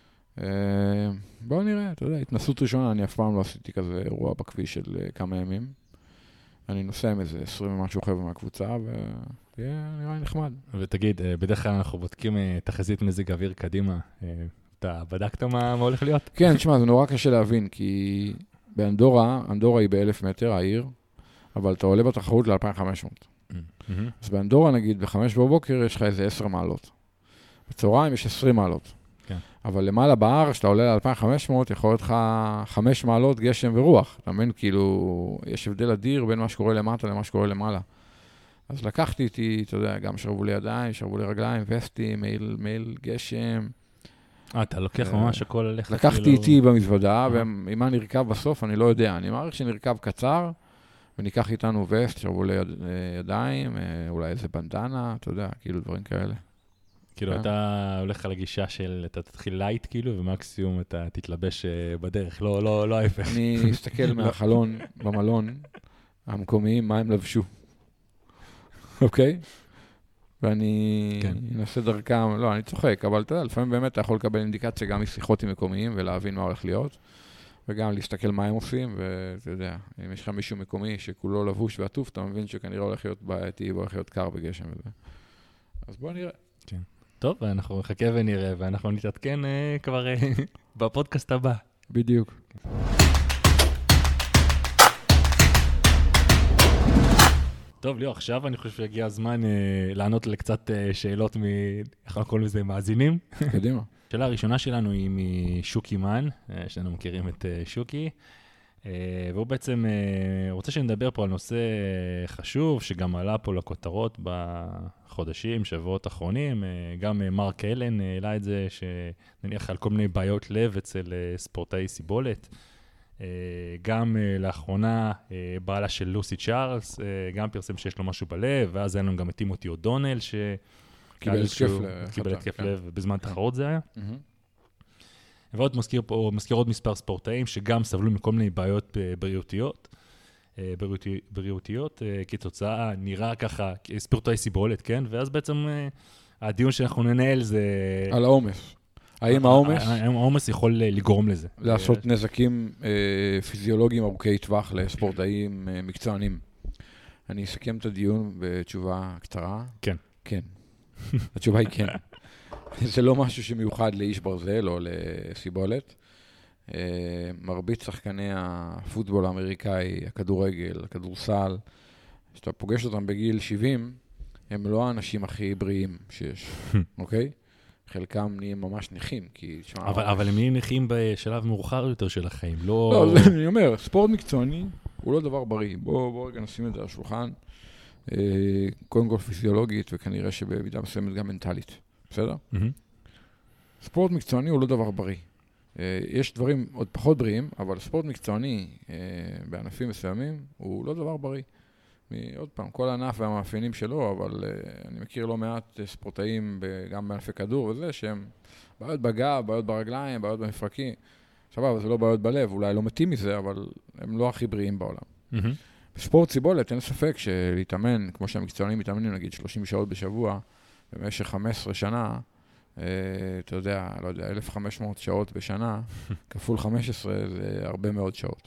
בואו נראה, אתה יודע, התנסות ראשונה, אני אף פעם לא עשיתי כזה אירוע בכביש של כמה ימים. אני נוסע עם איזה 20 ומשהו חבר'ה מהקבוצה, ונראה לי נחמד. ותגיד, בדרך כלל אנחנו בודקים תחזית מזג אוויר קדימה. אתה בדקת מה הולך להיות? כן, תשמע, זה נורא קשה להבין, כי באנדורה, אנדורה היא ב-1,000 מטר, העיר, אבל אתה עולה בתחרות ל-2,500. אז באנדורה, נגיד, ב-5 בבוקר יש לך איזה 10 מעלות. בצהריים יש 20 מעלות. אבל למעלה בהר, שאתה עולה ל-2,500, יכול להיות לך 5 מעלות גשם ורוח. אתה מבין, כאילו, יש הבדל אדיר בין מה שקורה למטה למה שקורה למעלה. אז לקחתי איתי, אתה יודע, גם שרבולי ידיים, שרבולי רגליים, וסטי, מייל גשם. אתה לוקח ממש הכל עליך. לקחתי איתי במזוודה, ואם אני נרכב בסוף, אני לא יודע. אני מעריך שנרכב קצר, וניקח איתנו וסט, שרבולי ידיים, אולי איזה בנדנה, אתה יודע, כאילו דברים כאלה. כאילו, אתה הולך על הגישה של, אתה תתחיל לייט, כאילו, ומקסימום אתה תתלבש בדרך, לא ההפך. אני אסתכל מהחלון במלון המקומיים, מה הם לבשו. אוקיי? ואני אנסה דרכם, לא, אני צוחק, אבל אתה יודע, לפעמים באמת אתה יכול לקבל אינדיקציה גם משיחות עם מקומיים, ולהבין מה הולך להיות, וגם להסתכל מה הם עושים, ואתה יודע, אם יש לך מישהו מקומי שכולו לבוש ועטוף, אתה מבין שכנראה הולך להיות בעייתי, והולך להיות קר בגשם וזה. אז בוא נראה. כן. טוב, אנחנו נחכה ונראה, ואנחנו נתעדכן כבר בפודקאסט הבא. בדיוק. טוב, ליאור, עכשיו אני חושב שהגיע הזמן לענות לקצת שאלות איך אנחנו קוראים לזה, מאזינים. קדימה. השאלה הראשונה שלנו היא משוקי מן, שאנו מכירים את שוקי. והוא בעצם רוצה שנדבר פה על נושא חשוב, שגם עלה פה לכותרות בחודשים, שבועות אחרונים. גם מרק אלן העלה את זה, שנניח על כל מיני בעיות לב אצל ספורטאי סיבולת. גם לאחרונה בעלה של לוסי צ'ארלס, גם פרסם שיש לו משהו בלב, ואז היה לנו גם את טימותי אודונל, קיבל התקף לב בזמן תחרות זה היה. ועוד מזכיר עוד מספר ספורטאים שגם סבלו מכל מיני בעיות בריאותיות, כתוצאה נראה ככה, ספורטאי סיבולת, כן? ואז בעצם הדיון שאנחנו ננהל זה... על העומס. האם העומס יכול לגרום לזה? לעשות נזקים פיזיולוגיים ארוכי טווח לספורטאים מקצוענים. אני אסכם את הדיון בתשובה קצרה. כן. כן. התשובה היא כן. זה לא משהו שמיוחד לאיש ברזל או לסיבולת. מרבית שחקני הפוטבול האמריקאי, הכדורגל, הכדורסל, שאתה פוגש אותם בגיל 70, הם לא האנשים הכי בריאים שיש, אוקיי? חלקם נהיים ממש נכים, כי... אבל הם נהיים נכים בשלב מאוחר יותר של החיים, לא... לא, אני אומר, ספורט מקצועני הוא לא דבר בריא. בואו רגע נשים את זה על השולחן. קודם כל פיזיולוגית, וכנראה שבמידה מסוימת גם מנטלית. בסדר? ספורט מקצועני הוא לא דבר בריא. יש דברים עוד פחות בריאים, אבל ספורט מקצועני בענפים מסוימים הוא לא דבר בריא. עוד פעם, כל ענף והמאפיינים שלו, אבל אני מכיר לא מעט ספורטאים גם בענפי כדור וזה, שהם בעיות בגב, בעיות ברגליים, בעיות במפרקים. סבבה, זה לא בעיות בלב, אולי לא מתים מזה, אבל הם לא הכי בריאים בעולם. בספורט סיבולת, אין ספק שלהתאמן, כמו שהמקצוענים מתאמנים, נגיד 30 שעות בשבוע, במשך 15 שנה, אתה יודע, לא יודע, 1,500 שעות בשנה, כפול 15, זה הרבה מאוד שעות.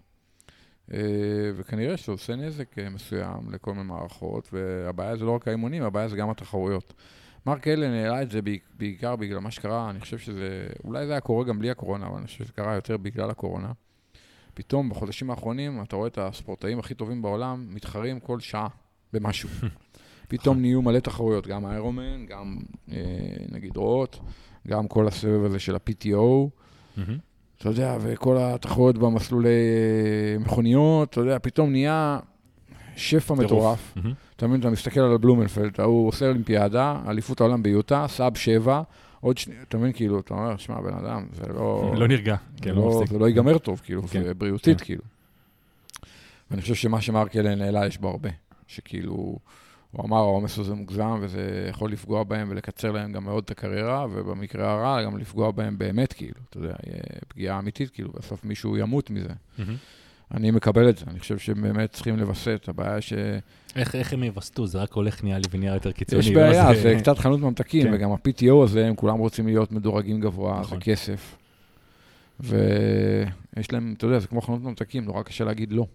וכנראה שזה עושה נזק מסוים לכל מיני מערכות, והבעיה זה לא רק האימונים, הבעיה זה גם התחרויות. מרק אלן העלה את זה בעיקר בגלל מה שקרה, אני חושב שזה, אולי זה היה קורה גם בלי הקורונה, אבל אני חושב שזה קרה יותר בגלל הקורונה. פתאום בחודשים האחרונים, אתה רואה את הספורטאים הכי טובים בעולם, מתחרים כל שעה במשהו. פתאום נהיו מלא תחרויות, גם איירומן, גם נגיד רוט, גם כל הסבב הזה של ה-PTO, אתה יודע, וכל התחרויות במסלולי מכוניות, אתה יודע, פתאום נהיה שפע מטורף. אתה מבין, אתה מסתכל על בלומנפלד, הוא עושה אולימפיאדה, אליפות העולם ביוטה, סאב 7, עוד שנייה, אתה מבין, כאילו, אתה אומר, שמע, בן אדם, זה לא... לא נרגע, כן, לא מפסיק. זה לא ייגמר טוב, כאילו, זה בריאותית, כאילו. ואני חושב שמה שמרק אלן העלה יש בו הרבה, שכאילו... הוא אמר, העומס הזה מוגזם, וזה יכול לפגוע בהם ולקצר להם גם מאוד את הקריירה, ובמקרה הרע גם לפגוע בהם באמת, כאילו, אתה יודע, פגיעה אמיתית, כאילו, בסוף מישהו ימות מזה. אני מקבל את זה, אני חושב שבאמת צריכים לבסט, הבעיה ש... איך הם יבסטו? זה רק הולך נהיה לי ונהיה יותר קיצוני. יש בעיה, זה קצת חנות ממתקים, וגם ה-PTO הזה, הם כולם רוצים להיות מדורגים גבוה, זה כסף. ויש להם, אתה יודע, זה כמו חנות ממתקים, נורא קשה להגיד לא.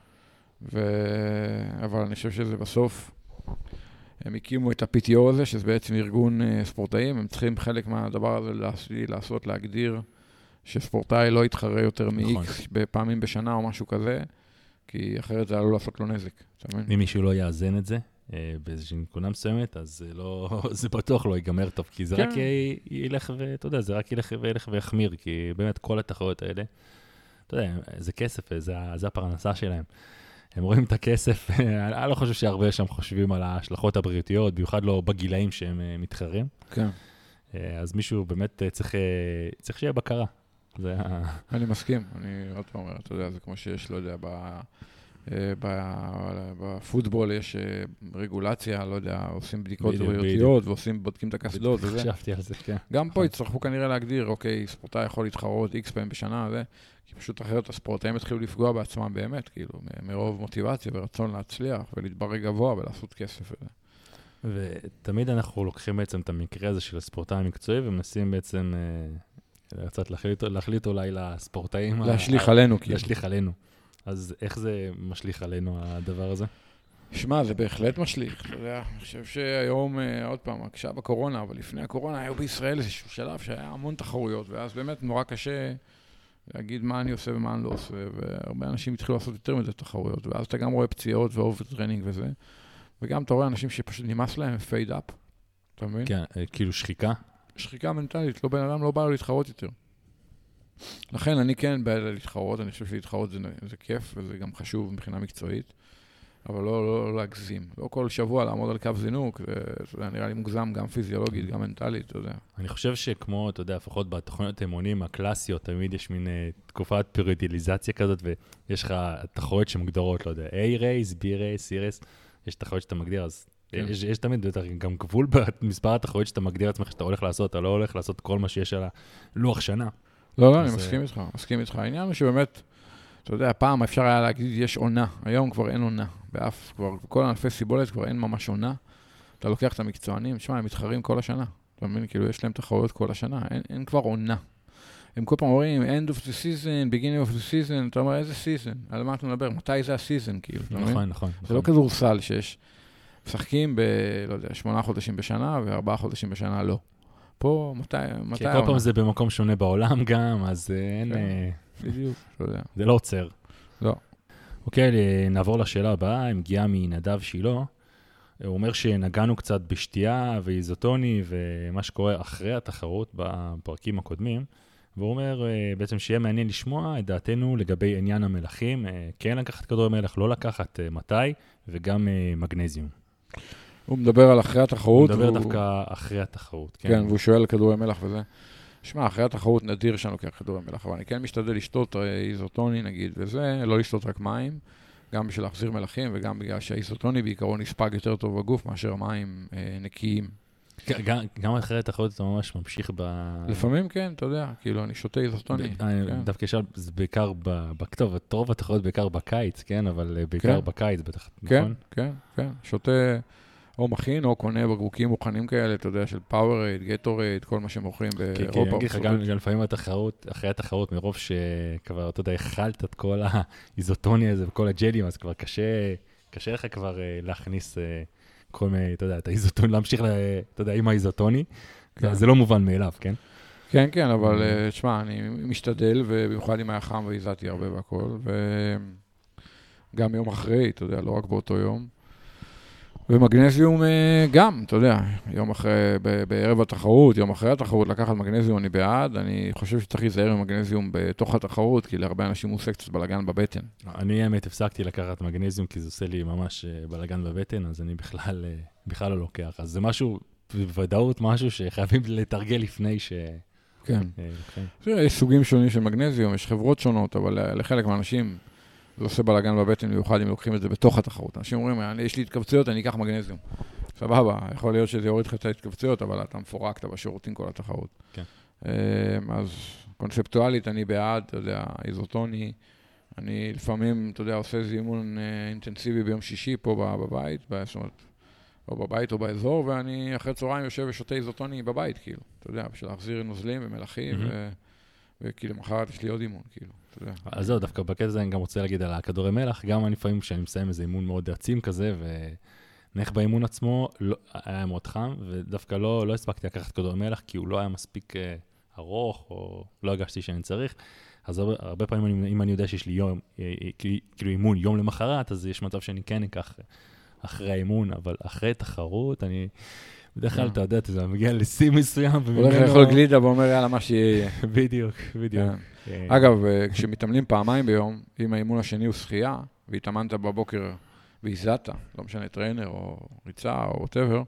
אבל אני חושב שזה בסוף... הם הקימו את ה-PTO הזה, שזה בעצם ארגון ספורטאים, הם צריכים חלק מהדבר הזה לעשות, להגדיר שספורטאי לא יתחרה יותר מ-X בפעמים בשנה או משהו כזה, כי אחרת זה עלול לעשות לו נזק. אם מישהו לא יאזן את זה, באיזושהי נקודה מסוימת, אז זה בטוח לא ייגמר טוב, כי זה רק ילך ואתה יודע, זה רק ילך ויחמיר, כי באמת כל התחרויות האלה, אתה יודע, זה כסף, זה הפרנסה שלהם. הם רואים את הכסף, אני לא חושב שהרבה שם חושבים על ההשלכות הבריאותיות, במיוחד לא בגילאים שהם מתחרים. כן. אז מישהו באמת צריך שיהיה בקרה. אני מסכים, אני עוד פעם אומר, אתה יודע, זה כמו שיש, לא יודע, בפוטבול יש רגולציה, לא יודע, עושים בדיקות בריאותיות, בודקים את הקסדות וזה. חשבתי על זה, כן. גם פה יצטרכו כנראה להגדיר, אוקיי, ספורטאי יכול להתחרות X פעמים בשנה, כי פשוט אחרת הספורטאים התחילו לפגוע בעצמם באמת, כאילו, מרוב מוטיבציה ורצון להצליח ולהתברג גבוה ולעשות כסף. ותמיד אנחנו לוקחים בעצם את המקרה הזה של הספורטאי המקצועי, ומנסים בעצם להחליט אולי לספורטאים... להשליך עלינו, כאילו. להשליך עלינו. אז איך זה משליך עלינו, הדבר הזה? שמע, זה בהחלט משליך. אתה יודע, אני חושב שהיום, עוד פעם, עכשיו בקורונה, אבל לפני הקורונה, היו בישראל איזשהו שלב שהיה המון תחרויות, ואז באמת נורא קשה להגיד מה אני עושה ומה אני לא עושה, והרבה אנשים התחילו לעשות יותר מזה תחרויות, ואז אתה גם רואה פציעות ואוברטרנינג וזה, וגם אתה רואה אנשים שפשוט נמאס להם פייד אפ, אתה מבין? כן, כאילו שחיקה? שחיקה מנטלית, לא בן אדם לא בא לו להתחרות יותר. לכן אני כן בעד להתחרות, אני חושב שלהתחרות זה כיף, וזה גם חשוב מבחינה מקצועית, אבל לא להגזים. לא כל שבוע לעמוד על קו זינוק, זה נראה לי מוגזם גם פיזיולוגית, גם מנטלית, אתה יודע. אני חושב שכמו, אתה יודע, לפחות בתוכניות האימונים הקלאסיות, תמיד יש מין תקופת פריודיליזציה כזאת, ויש לך תחרויות שמוגדרות, לא יודע, A-Race, B-Race, C-Race, יש תחרויות שאתה מגדיר, אז יש תמיד גם גבול במספר התחרויות שאתה מגדיר עצמך שאתה הולך לעשות, אתה לא הולך לעשות כל מה שיש על הלוח שנה. לא, אני מסכים איתך. העניין הוא שבאמת, אתה יודע, פעם אפשר היה להגיד, יש עונה, היום כבר אין עונה, כבר כל ענפי סיבולת כבר אין ממש עונה. אתה לוקח את המקצוענים, שמע, הם מתחרים כל השנה. אתה מבין, כאילו, יש להם תחרויות כל השנה, אין כבר עונה. הם כל פעם אומרים, end of the season, beginning of the season, אתה אומר, איזה season? על מה אתה מדבר? מתי זה ה-season, כאילו? נכון. זה לא כדורסל שיש, משחקים לא יודע, 8 חודשים בשנה ו4 חודשים בשנה לא. פה, מתי? כי כל פעם זה במקום שונה בעולם גם, אז אין... בדיוק, אתה יודע. זה לא עוצר. לא. אוקיי, נעבור לשאלה הבאה, מגיעה מנדב שילה. הוא אומר שנגענו קצת בשתייה ואיזוטוני ומה שקורה אחרי התחרות בפרקים הקודמים, והוא אומר בעצם שיהיה מעניין לשמוע את דעתנו לגבי עניין המלחים, כן לקחת כדורי מלח, לא לקחת מתי, וגם מגנזיום. הוא מדבר על אחרי התחרות. הוא מדבר דווקא אחרי התחרות. כן, והוא שואל על כדורי מלח וזה. שמע, אחרי התחרות נדיר שאני לוקח כדורי מלח, אבל אני כן משתדל לשתות איזוטוני נגיד, וזה, לא לשתות רק מים, גם בשביל להחזיר מלחים, וגם בגלל שהאיזוטוני בעיקרון נספג יותר טוב בגוף, מאשר מים נקיים. גם אחרי התחרות אתה ממש ממשיך לפעמים כן, אתה יודע, כאילו אני שותה איזוטוני. דווקא שאל, זה בעיקר בכתוב, רוב התחרות בעיקר בקיץ, כן, אבל בעיקר בקיץ בטח, נכון? כן, שותה או מכין או קונה בקבוקים מוכנים כאלה, אתה יודע, של פאוורייד, גטורייד, כל מה שמוכרים באירופה. אני אגיד לך, גם לפעמים אחרי התחרות, מרוב שכבר, אתה יודע, הכלת את כל האיזוטוני הזה וכל הג'לים, אז כבר קשה לך כבר להכניס כל מיני, אתה יודע, את האיזוטוני, להמשיך, אתה יודע, עם האיזוטוני. זה לא מובן מאליו, כן? כן, אבל תשמע, אני משתדל, ובמיוחד אם היה חם והזעתי הרבה והכל, וגם יום אחרי, אתה יודע, לא רק באותו יום. ומגנזיום גם, אתה יודע, יום אחרי, בערב התחרות, יום אחרי התחרות, לקחת מגנזיום אני בעד, אני חושב שצריך להיזהר עם מגנזיום בתוך התחרות, כי להרבה אנשים הוא עושה קצת בלגן בבטן. אני האמת הפסקתי לקחת מגנזיום, כי זה עושה לי ממש בלגן בבטן, אז אני בכלל לא לוקח. אז זה משהו, בוודאות משהו שחייבים לתרגל לפני ש... כן. יש סוגים שונים של מגנזיום, יש חברות שונות, אבל לחלק מהאנשים... זה עושה בלגן בבטן, במיוחד אם לוקחים את זה בתוך התחרות. אנשים אומרים, יש לי התכווצויות, אני אקח מגנזיום. סבבה, יכול להיות שזה יוריד לך את ההתכווצויות, אבל אתה מפורקת בשירותים כל התחרות. כן. אז קונספטואלית אני בעד, אתה יודע, איזוטוני. אני לפעמים, אתה יודע, עושה איזה אימון אינטנסיבי ביום שישי פה בבית, זאת אומרת, או בבית או באזור, ואני אחרי צהריים יושב ושותה איזוטוני בבית, כאילו. אתה יודע, בשביל להחזיר נוזלים ומלחים, וכאילו מחרת יש לי עוד אימון, כאילו. אז זהו, דווקא בקטע הזה אני גם רוצה להגיד על הכדורי מלח, גם אני לפעמים כשאני מסיים איזה אימון מאוד עצים כזה, ונלך באימון עצמו, היה מאוד חם, ודווקא לא הספקתי לקחת כדורי מלח, כי הוא לא היה מספיק ארוך, או לא הרגשתי שאני צריך. אז הרבה פעמים, אם אני יודע שיש לי יום, כאילו אימון יום למחרת, אז יש מצב שאני כן אקח אחרי האימון, אבל אחרי תחרות, אני... בדרך כלל אתה יודע, אתה מגיע לשיא מסוים, הולך לאכול גלידה ואומר, יאללה, מה שיהיה. בדיוק. אגב, כשמתאמנים פעמיים ביום, אם האימון השני הוא שחייה, והתאמנת בבוקר והזעת, לא משנה, טריינר או ריצה או whatever,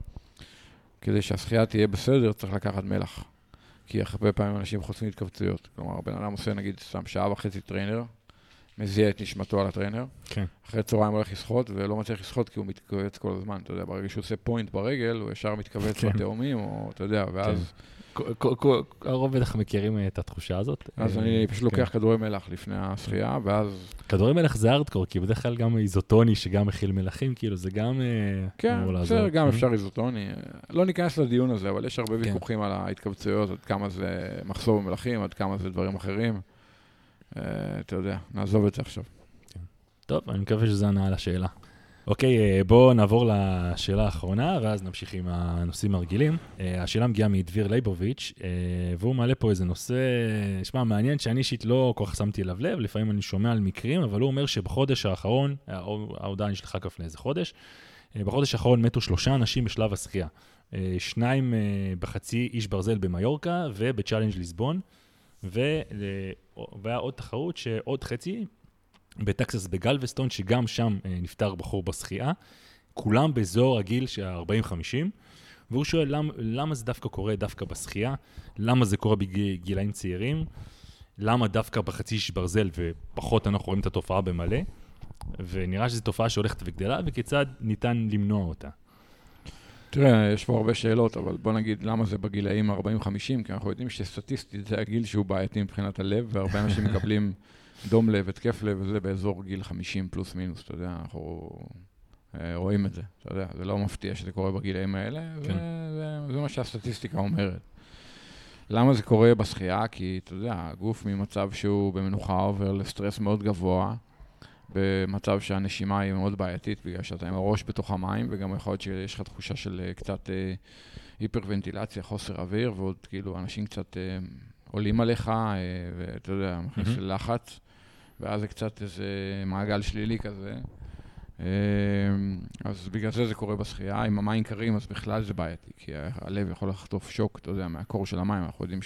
כדי שהשחייה תהיה בסדר, צריך לקחת מלח. כי הרבה פעמים אנשים חוצים התכווצויות. כלומר, בן אדם עושה, נגיד, שם שעה וחצי טריינר, מזיע את נשמתו על הטריינר, אחרי צהריים הולך לשחות, ולא מצליח לשחות כי הוא מתכווץ כל הזמן, אתה יודע, ברגע שהוא עושה פוינט ברגל, הוא ישר מתכווץ לתאומים, או אתה יודע, ואז... הרוב בטח מכירים את התחושה הזאת. אז אני פשוט לוקח כדורי מלח לפני השחייה, ואז... כדורי מלח זה ארדקור, כי בדרך כלל גם איזוטוני שגם מכיל מלחים, כאילו זה גם... כן, בסדר, גם אפשר איזוטוני. לא ניכנס לדיון הזה, אבל יש הרבה ויכוחים על ההתכווצויות, עד כמה זה מחסור במלחים, עד כמה זה דברים אחרים. אתה יודע, נעזוב את זה עכשיו. טוב, אני מקווה שזה ענה על השאלה. אוקיי, בואו נעבור לשאלה האחרונה, ואז נמשיך עם הנושאים הרגילים. השאלה מגיעה מדביר ליבוביץ', והוא מעלה פה איזה נושא, נשמע מעניין, שאני אישית לא כל כך שמתי אליו לב, לפעמים אני שומע על מקרים, אבל הוא אומר שבחודש האחרון, ההודעה נשלחה כבר לפני איזה חודש, בחודש האחרון מתו 3 אנשים בשלב השחייה. 2 בחצי איש ברזל במיורקה, ובצ'אלנג' ליסבון. והיה עוד תחרות שעוד חצי, בטקסס בגלווסטון, שגם שם נפטר בחור בשחייה, כולם באזור הגיל של 40-50, והוא שואל למה זה דווקא קורה דווקא בשחייה, למה זה קורה בגילאים צעירים, למה דווקא בחצי איש ברזל ופחות אנחנו רואים את התופעה במלא, ונראה שזו תופעה שהולכת וגדלה, וכיצד ניתן למנוע אותה. תראה, יש פה הרבה שאלות, אבל בוא נגיד למה זה בגילאים 40-50, כי אנחנו יודעים שסטטיסטית זה הגיל שהוא בעייתי מבחינת הלב, והרבה אנשים מקבלים דום לב, התקף לב, וזה באזור גיל 50 פלוס מינוס, אתה יודע, אנחנו רואים את זה, אתה יודע, זה לא מפתיע שזה קורה בגילאים האלה, כן. וזה מה שהסטטיסטיקה אומרת. למה זה קורה בשחייה? כי, אתה יודע, הגוף ממצב שהוא במנוחה עובר לסטרס מאוד גבוה, במצב שהנשימה היא מאוד בעייתית, בגלל שאתה עם הראש בתוך המים, וגם יכול להיות שיש לך תחושה של קצת היפרוונטילציה, חוסר אוויר, ועוד כאילו אנשים קצת עולים עליך, ואתה יודע, מכניס ללחץ, ואז זה קצת איזה מעגל שלילי כזה. אז בגלל זה קורה בשחייה. אם המים קרים, אז בכלל זה בעייתי, כי הלב יכול לחטוף שוק, אתה יודע, מהקור של המים. אנחנו יודעים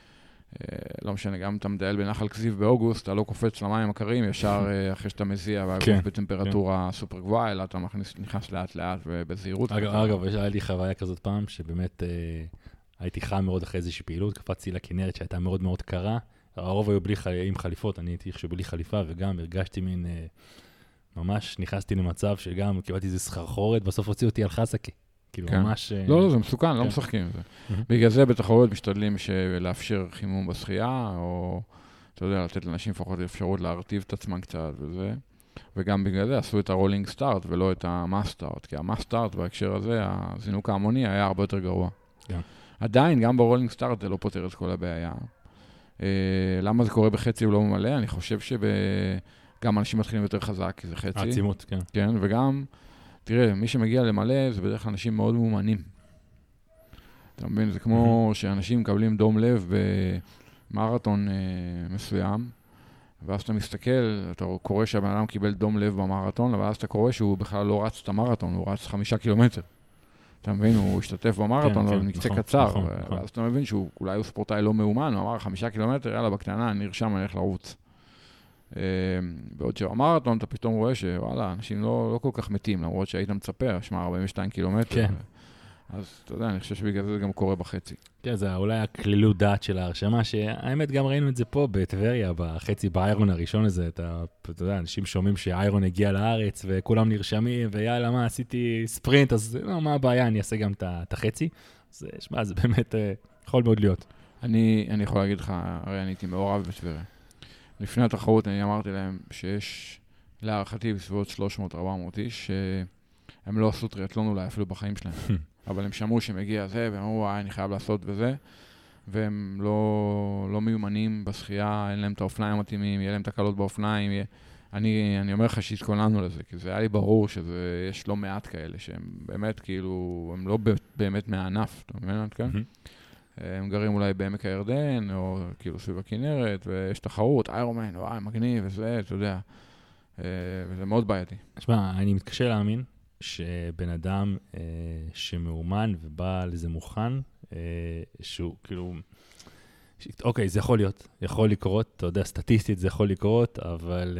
לא משנה, גם אתה מדייל בנחל כזיב באוגוסט, אתה לא קופץ למים הקרים, ישר אחרי שאתה מזיע, והגוף בטמפרטורה סופר גבוהה, אלא אתה נכנס לאט לאט ובזהירות. אגב, היה לי חוויה כזאת פעם, שבאמת הייתי חם מאוד אחרי איזושהי פעילות, קפצתי לכנרת שהייתה מאוד מאוד קרה, הרוב היו עם חליפות, אני הייתי איכשהו בלי חליפה, וגם הרגשתי מין, ממש נכנסתי למצב שגם קיבלתי איזה סחרחורת, בסוף הוציא אותי על חסקי. כאילו ממש... לא, זה מסוכן, לא משחקים עם זה. בגלל זה בתחרויות משתדלים לאפשר חימום בשחייה, או, אתה יודע, לתת לאנשים לפחות אפשרות להרטיב את עצמם קצת וזה. וגם בגלל זה עשו את הרולינג סטארט ולא את המאס סטארט, כי המאס סטארט בהקשר הזה, הזינוק ההמוני היה הרבה יותר גרוע. עדיין, גם ברולינג סטארט זה לא פותר את כל הבעיה. למה זה קורה בחצי ולא ממלא? אני חושב שגם אנשים מתחילים יותר חזק, כי זה חצי. העצימות, כן. כן, וגם... תראה, מי שמגיע למלא זה בדרך כלל אנשים מאוד מאומנים. אתה מבין? זה כמו שאנשים מקבלים דום לב במרתון מסוים, ואז אתה מסתכל, אתה קורא שהבן אדם קיבל דום לב במרתון, ואז אתה קורא שהוא בכלל לא רץ את המרתון, הוא רץ 5 קילומטר. אתה מבין? הוא השתתף במרתון, אבל מקצה קצר, ואז אתה מבין שהוא אולי הוא ספורטאי לא מאומן, הוא אמר 5 קילומטר, יאללה, בקטנה, נרשם, אני הולך לרוץ. בעוד שהמרתון אתה פתאום רואה שוואלה, אנשים לא כל כך מתים, למרות שהיית מצפה, שמע 42 קילומטר. כן. אז אתה יודע, אני חושב שבגלל זה גם קורה בחצי. כן, זה אולי הכלילות דעת של ההרשמה, שהאמת גם ראינו את זה פה בטבריה, בחצי באיירון הראשון הזה, אתה יודע, אנשים שומעים שאיירון הגיע לארץ וכולם נרשמים, ויאללה, מה, עשיתי ספרינט, אז מה הבעיה, אני אעשה גם את החצי. אז שמע, זה באמת יכול מאוד להיות. אני יכול להגיד לך, הרי אני הייתי מעורב בטבריה. לפני התחרות אני אמרתי להם שיש להערכתי בסביבות 300-400 איש שהם לא עשו טריאטלון אולי אפילו בחיים שלהם. אבל הם שמעו שמגיע זה והם אמרו, אני חייב לעשות וזה, והם לא מיומנים בשחייה, אין להם את האופניים המתאימים, יהיה להם תקלות באופניים. אני אומר לך שהתכוננו לזה, כי זה היה לי ברור שיש לא מעט כאלה שהם באמת כאילו, הם לא באמת מהענף, אתה מבין? כן? הם גרים אולי בעמק הירדן, או כאילו סביב הכנרת, ויש תחרות, איירומן, וואי, מגניב, וזה, אתה יודע, וזה מאוד בעייתי. תשמע, אני מתקשה להאמין שבן אדם שמאומן ובא לזה מוכן, שהוא כאילו, אוקיי, זה יכול להיות, יכול לקרות, אתה יודע, סטטיסטית זה יכול לקרות, אבל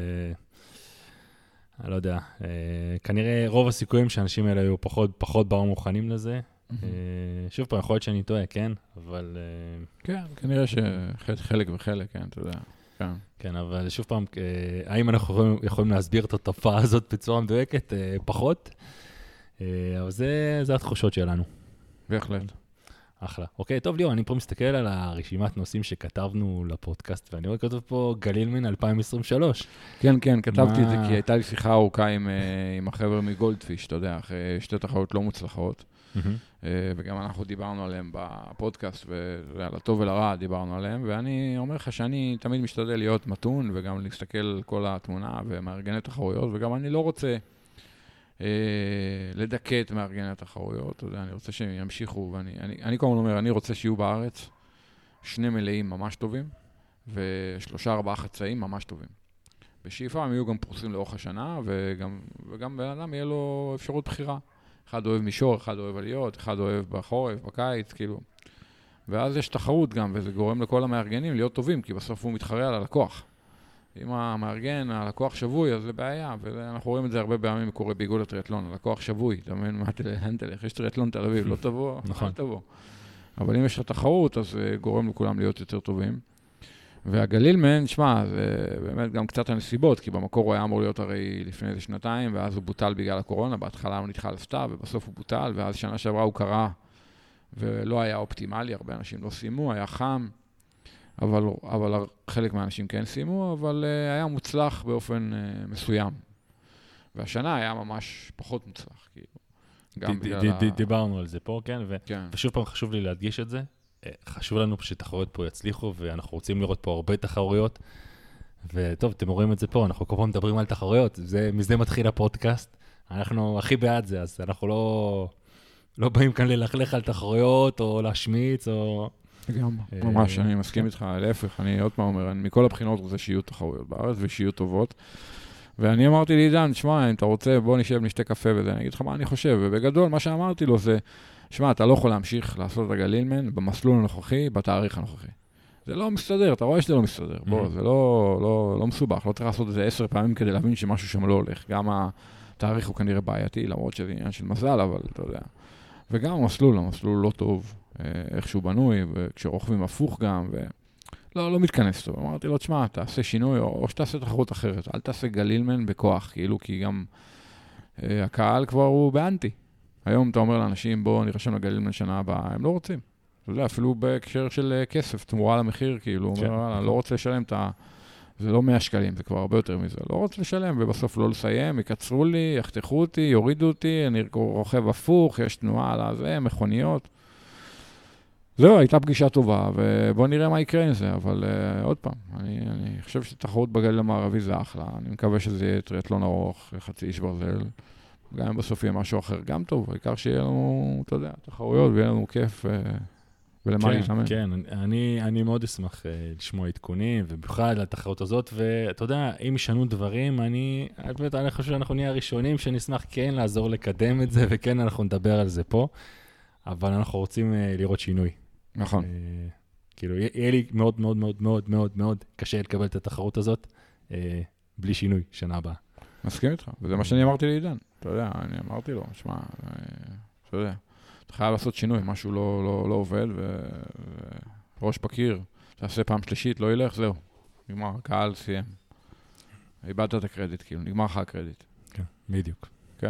אני לא יודע, כנראה רוב הסיכויים שהאנשים האלה היו פחות באו מוכנים לזה, שוב פעם, יכול להיות שאני טועה, כן? אבל... כן, כנראה שחלק וחלק, כן, אתה יודע. כן, אבל שוב פעם, האם אנחנו יכולים להסביר את התופעה הזאת בצורה מדויקת? פחות. אבל זה התחושות שלנו. בהחלט. אחלה. אוקיי, טוב ליאור, אני פה מסתכל על הרשימת נושאים שכתבנו לפודקאסט, ואני רואה כתוב פה גלילמן 2023. כן, כתבתי את זה כי הייתה לי שיחה ארוכה עם החבר מגולדפיש, אתה יודע, אחרי 2 תחרות לא מוצלחות. וגם אנחנו דיברנו עליהם בפודקאסט, ולטוב ולרע דיברנו עליהם, ואני אומר לך שאני תמיד משתדל להיות מתון, וגם להסתכל על כל התמונה ומארגני תחרויות, וגם אני לא רוצה לדכא את מארגני התחרויות, אתה יודע, אני רוצה שהם ימשיכו, ואני כל הזמן אומר, אני רוצה שיהיו בארץ 2 מלאים ממש טובים, ו3-4 חצאים ממש טובים. בשאיפה הם יהיו גם פרוסים לאורך השנה, וגם בן אדם יהיה לו אפשרות בחירה. אחד אוהב מישור, אחד אוהב עליות, אחד אוהב בחורף, בקיץ, כאילו. ואז יש תחרות גם, וזה גורם לכל המארגנים להיות טובים, כי בסוף הוא מתחרה על הלקוח. אם המארגן, הלקוח שבוי, אז זה בעיה, ואנחנו רואים את זה הרבה פעמים קורה באיגוד הטריאטלון, הלקוח שבוי, אתה מבין, מה תלך, יש טריאטלון תל אביב, לא תבוא, נכון. לא תבוא. אבל אם יש לך תחרות, אז זה גורם לכולם להיות יותר טובים. והגלילמן, שמע, זה באמת גם קצת הנסיבות, כי במקור הוא היה אמור להיות הרי לפני איזה שנתיים, ואז הוא בוטל בגלל הקורונה, בהתחלה הוא נדחה לסתיו, ובסוף הוא בוטל, ואז שנה שעברה הוא קרה, ולא היה אופטימלי, הרבה אנשים לא סיימו, היה חם, אבל חלק מהאנשים כן סיימו, אבל היה מוצלח באופן מסוים. והשנה היה ממש פחות מוצלח, כאילו. דיברנו על זה פה, כן, ושוב פעם חשוב לי להדגיש את זה. חשוב לנו שתחרויות פה יצליחו, ואנחנו רוצים לראות פה הרבה תחרויות. וטוב, אתם רואים את זה פה, אנחנו כל פעם מדברים על תחרויות, מזה מתחיל הפודקאסט. אנחנו הכי בעד זה, אז אנחנו לא באים כאן ללכלך על תחרויות, או להשמיץ, או... גם, ממש, אני מסכים איתך, להפך, אני עוד פעם אומר, מכל הבחינות רוצה שיהיו תחרויות בארץ ושיהיו טובות. ואני אמרתי לעידן, שמע, אם אתה רוצה, בוא נשב, נשתה קפה וזה, אני אגיד לך מה אני חושב. ובגדול, מה שאמרתי לו זה, שמע, אתה לא יכול להמשיך לעשות את הגלילמן במסלול הנוכחי, בתאריך הנוכחי. זה לא מסתדר, אתה רואה שזה לא מסתדר. בוא, זה לא מסובך, לא צריך לעשות את זה 10 פעמים כדי להבין שמשהו שם לא הולך. גם התאריך הוא כנראה בעייתי, למרות שזה עניין של מזל, אבל אתה יודע. וגם המסלול לא טוב, איך שהוא בנוי, וכשרוכבים הפוך גם, לא מתכנס טוב. אמרתי לו, תשמע, תעשה שינוי, או שתעשה תחרות אחרת. אל תעשה גלילמן בכוח, כאילו, כי גם הקהל כבר הוא באנטי. היום אתה אומר לאנשים, בוא נרשם לגלילמן שנה הבאה, הם לא רוצים. אתה יודע, אפילו בהקשר של כסף, תמורה למחיר, כאילו, אומר, לא רוצה לשלם את ה... זה לא 100 שקלים, זה כבר הרבה יותר מזה. לא רוצה לשלם, ובסוף לא לסיים, יקצרו לי, יחתכו אותי, יורידו אותי, אני רוכב הפוך, יש תנועה על הזה, מכוניות. זהו, הייתה פגישה טובה, ובוא נראה מה יקרה עם זה, אבל עוד פעם, אני חושב שתחרות בגליל המערבי זה אחלה, אני מקווה שזה יהיה טריאטלון ארוך, חצי איש ברזל, גם אם בסוף יהיה משהו אחר, גם טוב, העיקר שיהיה לנו, אתה יודע, תחרויות, ויהיה לנו כיף, ולמה להתאמן. כן, אני מאוד אשמח לשמוע עדכונים, ובכלל לתחרות הזאת, ואתה יודע, אם ישנו דברים, אני חושב שאנחנו נהיה הראשונים שנשמח כן לעזור לקדם את זה, וכן אנחנו נדבר על זה פה, אבל אנחנו רוצים לראות שינוי. נכון. כאילו, יהיה לי מאוד מאוד מאוד מאוד מאוד מאוד קשה לקבל את התחרות הזאת, בלי שינוי שנה הבאה. מסכים איתך, וזה מה שאני אמרתי לעידן. אתה יודע, אני אמרתי לו, שמע, אתה יודע, אתה חייב לעשות שינוי, משהו לא עובד, וראש בקיר, תעשה פעם שלישית, לא ילך, זהו. נגמר, הקהל סיים. איבדת את הקרדיט, כאילו, נגמר לך הקרדיט. כן, בדיוק. כן.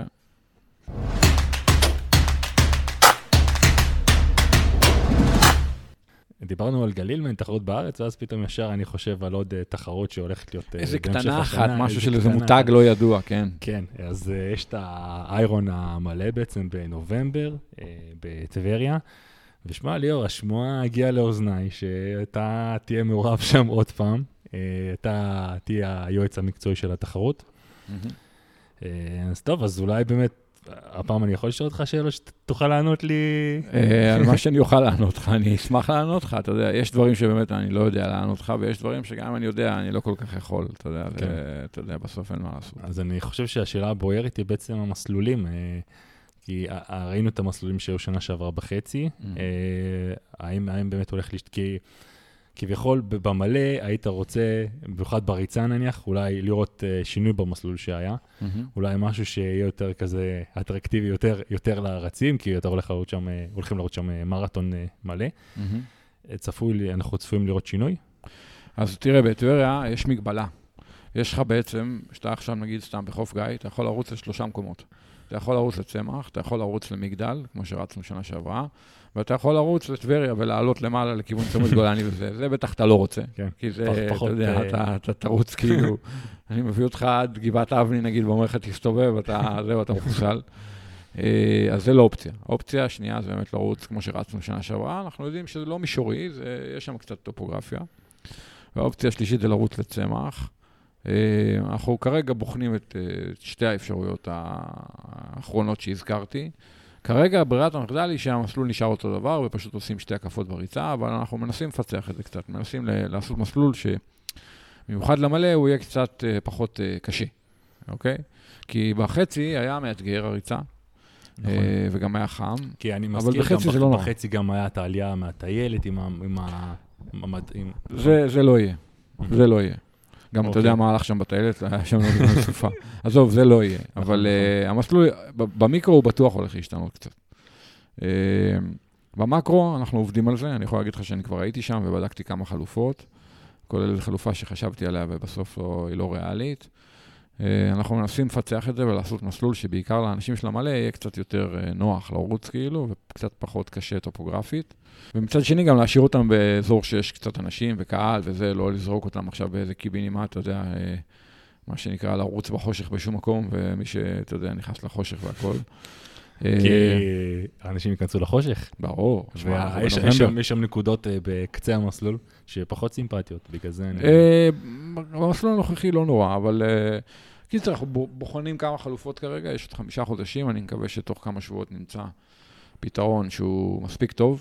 דיברנו על גלילמן, תחרות בארץ, ואז פתאום ישר אני חושב על עוד תחרות שהולכת להיות... איזה קטנה אחת, משהו של איזה מותג לא ידוע, כן. כן, אז יש את האיירון המלא בעצם בנובמבר, בטבריה, ושמע, ליאור, השמועה הגיעה לאוזניי, שאתה תהיה מעורב שם עוד פעם, אתה תהיה היועץ המקצועי של התחרות. אז טוב, אז אולי באמת, הפעם אני יכול לשאול אותך שאלות שתוכל לענות לי? על מה שאני אוכל לענות לך, אני אשמח לענות לך, אתה יודע, יש דברים שבאמת אני לא יודע לענות לך, ויש דברים שגם אם אני יודע, אני לא כל כך יכול, אתה יודע, אתה יודע, בסוף אין מה לעשות. אז אני חושב שהשאלה הבוערת היא בעצם המסלולים, כי ראינו את המסלולים שהיו שנה שעברה בחצי, האם באמת הולך כי כביכול במלא היית רוצה, במיוחד בריצה נניח, אולי לראות שינוי במסלול שהיה, אולי משהו שיהיה יותר כזה אטרקטיבי, יותר לרצים, כי אתה הולכים לראות שם מרתון מלא. אנחנו צפויים לראות שינוי? אז תראה, בטבריה יש מגבלה. יש לך בעצם, שאתה עכשיו נגיד סתם בחוף גיא, אתה יכול לרוץ ל3 מקומות. אתה יכול לרוץ לצמח, אתה יכול לרוץ למגדל, כמו שרצנו שנה שעברה, ואתה יכול לרוץ לטבריה ולעלות למעלה לכיוון צומת גולני וזה. זה בטח אתה לא רוצה. כן, כי זה, אתה יודע, אתה תרוץ כאילו, אני מביא אותך עד גבעת אבני, נגיד, ואומר לך, תסתובב, זהו, אתה מחוסל. אז זה לא אופציה. האופציה השנייה זה באמת לרוץ, כמו שרצנו שנה שעברה. אנחנו יודעים שזה לא מישורי, יש שם קצת טופוגרפיה. והאופציה השלישית זה לרוץ לצמח. אנחנו כרגע בוחנים את שתי האפשרויות האחרונות שהזכרתי. כרגע ברירת המחדל היא שהמסלול נשאר אותו דבר, ופשוט עושים 2 הקפות בריצה, אבל אנחנו מנסים לפצח את זה קצת, מנסים לעשות מסלול שבמיוחד למלא הוא יהיה קצת פחות קשה, אוקיי? כי בחצי היה מאתגר הריצה, וגם היה חם. כי אני מזכיר גם בחצי גם היה את העלייה מהטיילת עם זה לא יהיה. זה לא יהיה. גם אתה יודע מה הלך שם בטיילת, היה שם לא בגלל סופה. עזוב, זה לא יהיה. אבל המסלול, במיקרו הוא בטוח הולך להשתנות קצת. במקרו אנחנו עובדים על זה, אני יכול להגיד לך שאני כבר הייתי שם ובדקתי כמה חלופות, כולל חלופה שחשבתי עליה ובסוף היא לא ריאלית. אנחנו מנסים לפצח את זה ולעשות מסלול שבעיקר לאנשים של המלא יהיה קצת יותר נוח לרוץ כאילו, וקצת פחות קשה טופוגרפית. ומצד שני גם להשאיר אותם באזור שיש קצת אנשים וקהל וזה, לא לזרוק אותם עכשיו באיזה קיבינימה, אתה יודע, מה שנקרא לרוץ בחושך בשום מקום, ומי שאתה יודע נכנס לחושך והכל. כי האנשים ייכנסו לחושך. ברור. יש שם נקודות בקצה המסלול שפחות סימפטיות, בגלל זה במסלול הנוכחי לא נורא, אבל קיצר, אנחנו בוחנים כמה חלופות כרגע, יש עוד 5 חודשים, אני מקווה שתוך כמה שבועות נמצא פתרון שהוא מספיק טוב,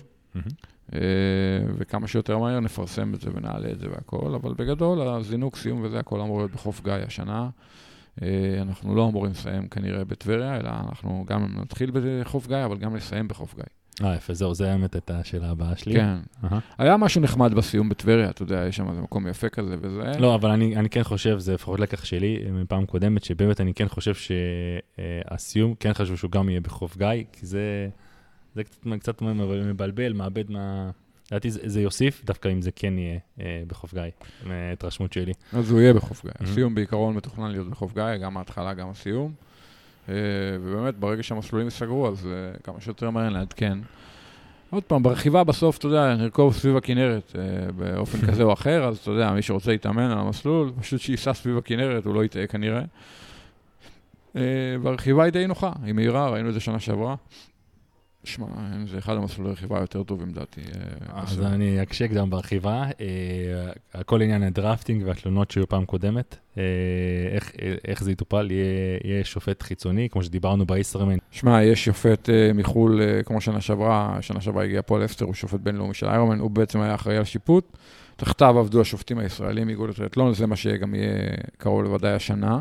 וכמה שיותר מהר נפרסם את זה ונעלה את זה והכל, אבל בגדול, הזינוק, סיום וזה, הכל אמור להיות בחוף גיא השנה. אנחנו לא אמורים לסיים כנראה בטבריה, אלא אנחנו גם נתחיל בחוף גיא, אבל גם נסיים בחוף גיא. יפה, זהו, זה האמת את השאלה הבאה שלי. כן. היה משהו נחמד בסיום בטבריה, אתה יודע, יש שם איזה מקום יפה כזה וזה. לא, אבל אני כן חושב, זה לפחות לקח שלי מפעם קודמת, שבאמת אני כן חושב שהסיום, כן חשוב שהוא גם יהיה בחוף גיא, כי זה קצת מבלבל, מאבד מה... לדעתי זה יוסיף, דווקא אם זה כן יהיה בחוף גיא, מהתרשמות שלי. אז הוא יהיה בחוף גיא. הסיום בעיקרון מתוכנן להיות בחוף גיא, גם ההתחלה, גם הסיום. ובאמת, ברגע שהמסלולים יסגרו, אז כמה שיותר מהר לעדכן. עוד פעם, ברכיבה בסוף, אתה יודע, נרכוב סביב הכנרת באופן כזה או אחר, אז אתה יודע, מי שרוצה להתאמן על המסלול, פשוט שייסע סביב הכנרת, הוא לא יטעה כנראה. והרכיבה היא די נוחה, היא מהירה, ראינו את זה שנה שעברה. שמע, זה אחד המסלולי רכיבה יותר טובים, דעתי. אז אני אקשק גם ברכיבה. הכל עניין הדרפטינג והתלונות שהיו פעם קודמת. איך זה יטופל? יהיה שופט חיצוני, כמו שדיברנו באיסרמן. שמע, יש שופט מחול, כמו שנה שעברה הגיע פול אסטר, הוא שופט בינלאומי של איירמן, הוא בעצם היה אחראי על שיפוט. תחתיו עבדו השופטים הישראלים, איגוד הטריאתלון, זה מה שגם יהיה קרוב לוודאי השנה.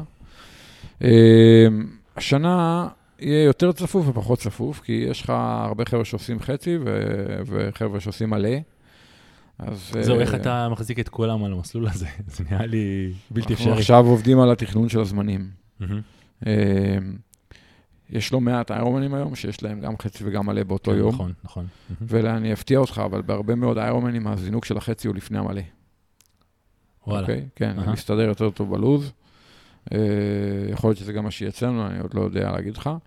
השנה... יהיה יותר צפוף ופחות צפוף, כי יש לך הרבה חבר'ה שעושים חצי וחבר'ה שעושים מלא. זהו, איך אתה מחזיק את כולם על המסלול הזה? זה נראה לי בלתי אפשרי. אנחנו עכשיו עובדים על התכנון של הזמנים. יש לא מעט איירומנים היום, שיש להם גם חצי וגם מלא באותו יום. נכון, נכון. ואני אפתיע אותך, אבל בהרבה מאוד איירומנים, הזינוק של החצי הוא לפני המלא. וואלה. כן, אני מסתדר יותר טוב בלוז. יכול להיות שזה גם מה שיצאנו, אני עוד לא יודע להגיד לך.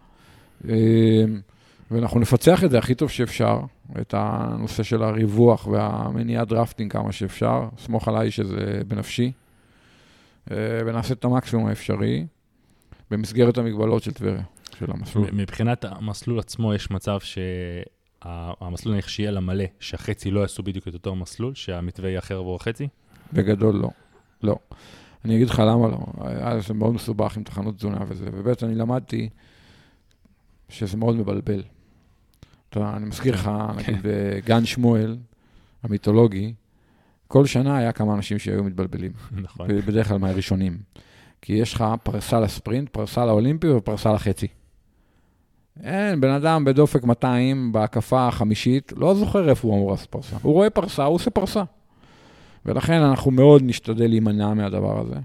ואנחנו נפצח את זה הכי טוב שאפשר, את הנושא של הריווח והמניעת דרפטינג כמה שאפשר. סמוך עליי שזה בנפשי. ונעשה את המקסימום האפשרי, במסגרת המגבלות של טבריה, של המסלול. מבחינת המסלול עצמו יש מצב שהמסלול שיהיה למלא, שהחצי לא יעשו בדיוק את אותו המסלול, שהמתווה יהיה אחר עבור החצי? בגדול לא. לא. אני אגיד לך למה לא. זה מאוד מסובך עם תחנות תזונה וזה. ובאמת אני למדתי שזה מאוד מבלבל. אני מזכיר לך, נגיד בגן שמואל, המיתולוגי, כל שנה היה כמה אנשים שהיו מתבלבלים. נכון. בדרך כלל מהראשונים. כי יש לך פרסה לספרינט, פרסה לאולימפי ופרסה לחצי. אין, בן אדם בדופק 200, בהקפה החמישית, לא זוכר איפה הוא אמור לעשות פרסה. הוא רואה פרסה, הוא עושה פרסה. ולכן אנחנו מאוד נשתדל להימנע מהדבר הזה.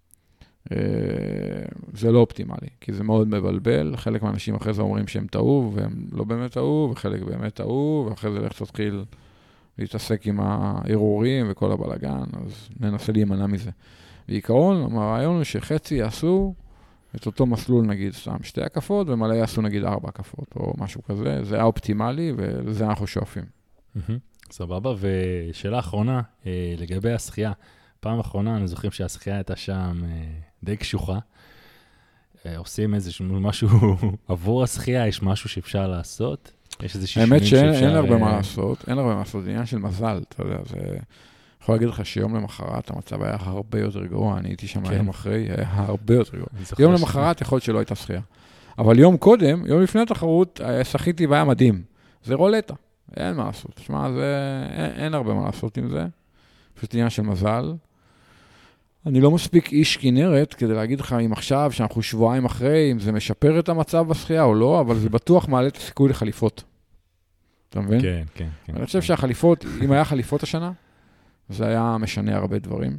זה לא אופטימלי, כי זה מאוד מבלבל. חלק מהאנשים אחרי זה אומרים שהם טעו, והם לא באמת טעו, וחלק באמת טעו, ואחרי זה לך תתחיל להתעסק עם הערעורים וכל הבלגן, אז ננסה להימנע מזה. בעיקרון, הרעיון הוא שחצי יעשו את אותו מסלול, נגיד, סתם 2 הקפות, ומלא יעשו נגיד 4 הקפות, או משהו כזה. זה האופטימלי, ולזה אנחנו שואפים. סבבה, ושאלה אחרונה, לגבי השחייה. פעם אחרונה, אני זוכרים שהשחייה הייתה שם די קשוחה. עושים איזשהו משהו עבור השחייה, יש משהו שאפשר לעשות? יש איזה שישונים שאפשר... האמת שאין הרבה מה לעשות, אין הרבה מה לעשות, זה עניין של מזל, אתה יודע, זה... יכול להגיד לך שיום למחרת המצב היה הרבה יותר גרוע, אני הייתי שם יום אחרי, היה הרבה יותר גרוע. יום למחרת יכול להיות שלא הייתה שחייה. אבל יום קודם, יום לפני התחרות, שחיתי והיה מדהים. זה רולטה, אין מה לעשות. תשמע, אין הרבה מה לעשות עם זה. פשוט עניין של מזל. אני לא מספיק איש כנרת כדי להגיד לך אם עכשיו, שאנחנו שבועיים אחרי, אם זה משפר את המצב בשחייה או לא, אבל זה בטוח מעלה את הסיכוי לחליפות. אתה מבין? כן, כן. אני חושב שהחליפות, אם היה חליפות השנה, זה היה משנה הרבה דברים.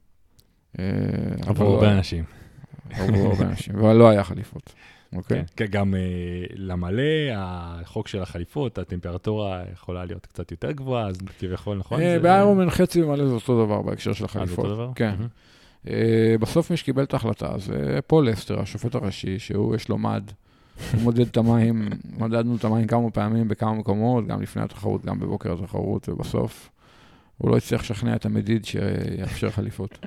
עבור הרבה אנשים. עבור הרבה אנשים, אבל לא היה חליפות. אוקיי? כן, גם למלא, החוק של החליפות, הטמפרטורה יכולה להיות קצת יותר גבוהה, אז כביכול, נכון? באיירומן חצי ומלא זה אותו דבר בהקשר של החליפות. זה אותו דבר? כן. בסוף מי שקיבל את ההחלטה זה פול לסטר, השופט הראשי, שהוא יש לו מד, הוא מודד את המים, מדדנו את המים כמה פעמים בכמה מקומות, גם לפני התחרות, גם בבוקר התחרות, ובסוף הוא לא הצליח לשכנע את המדיד שיאפשר חליפות.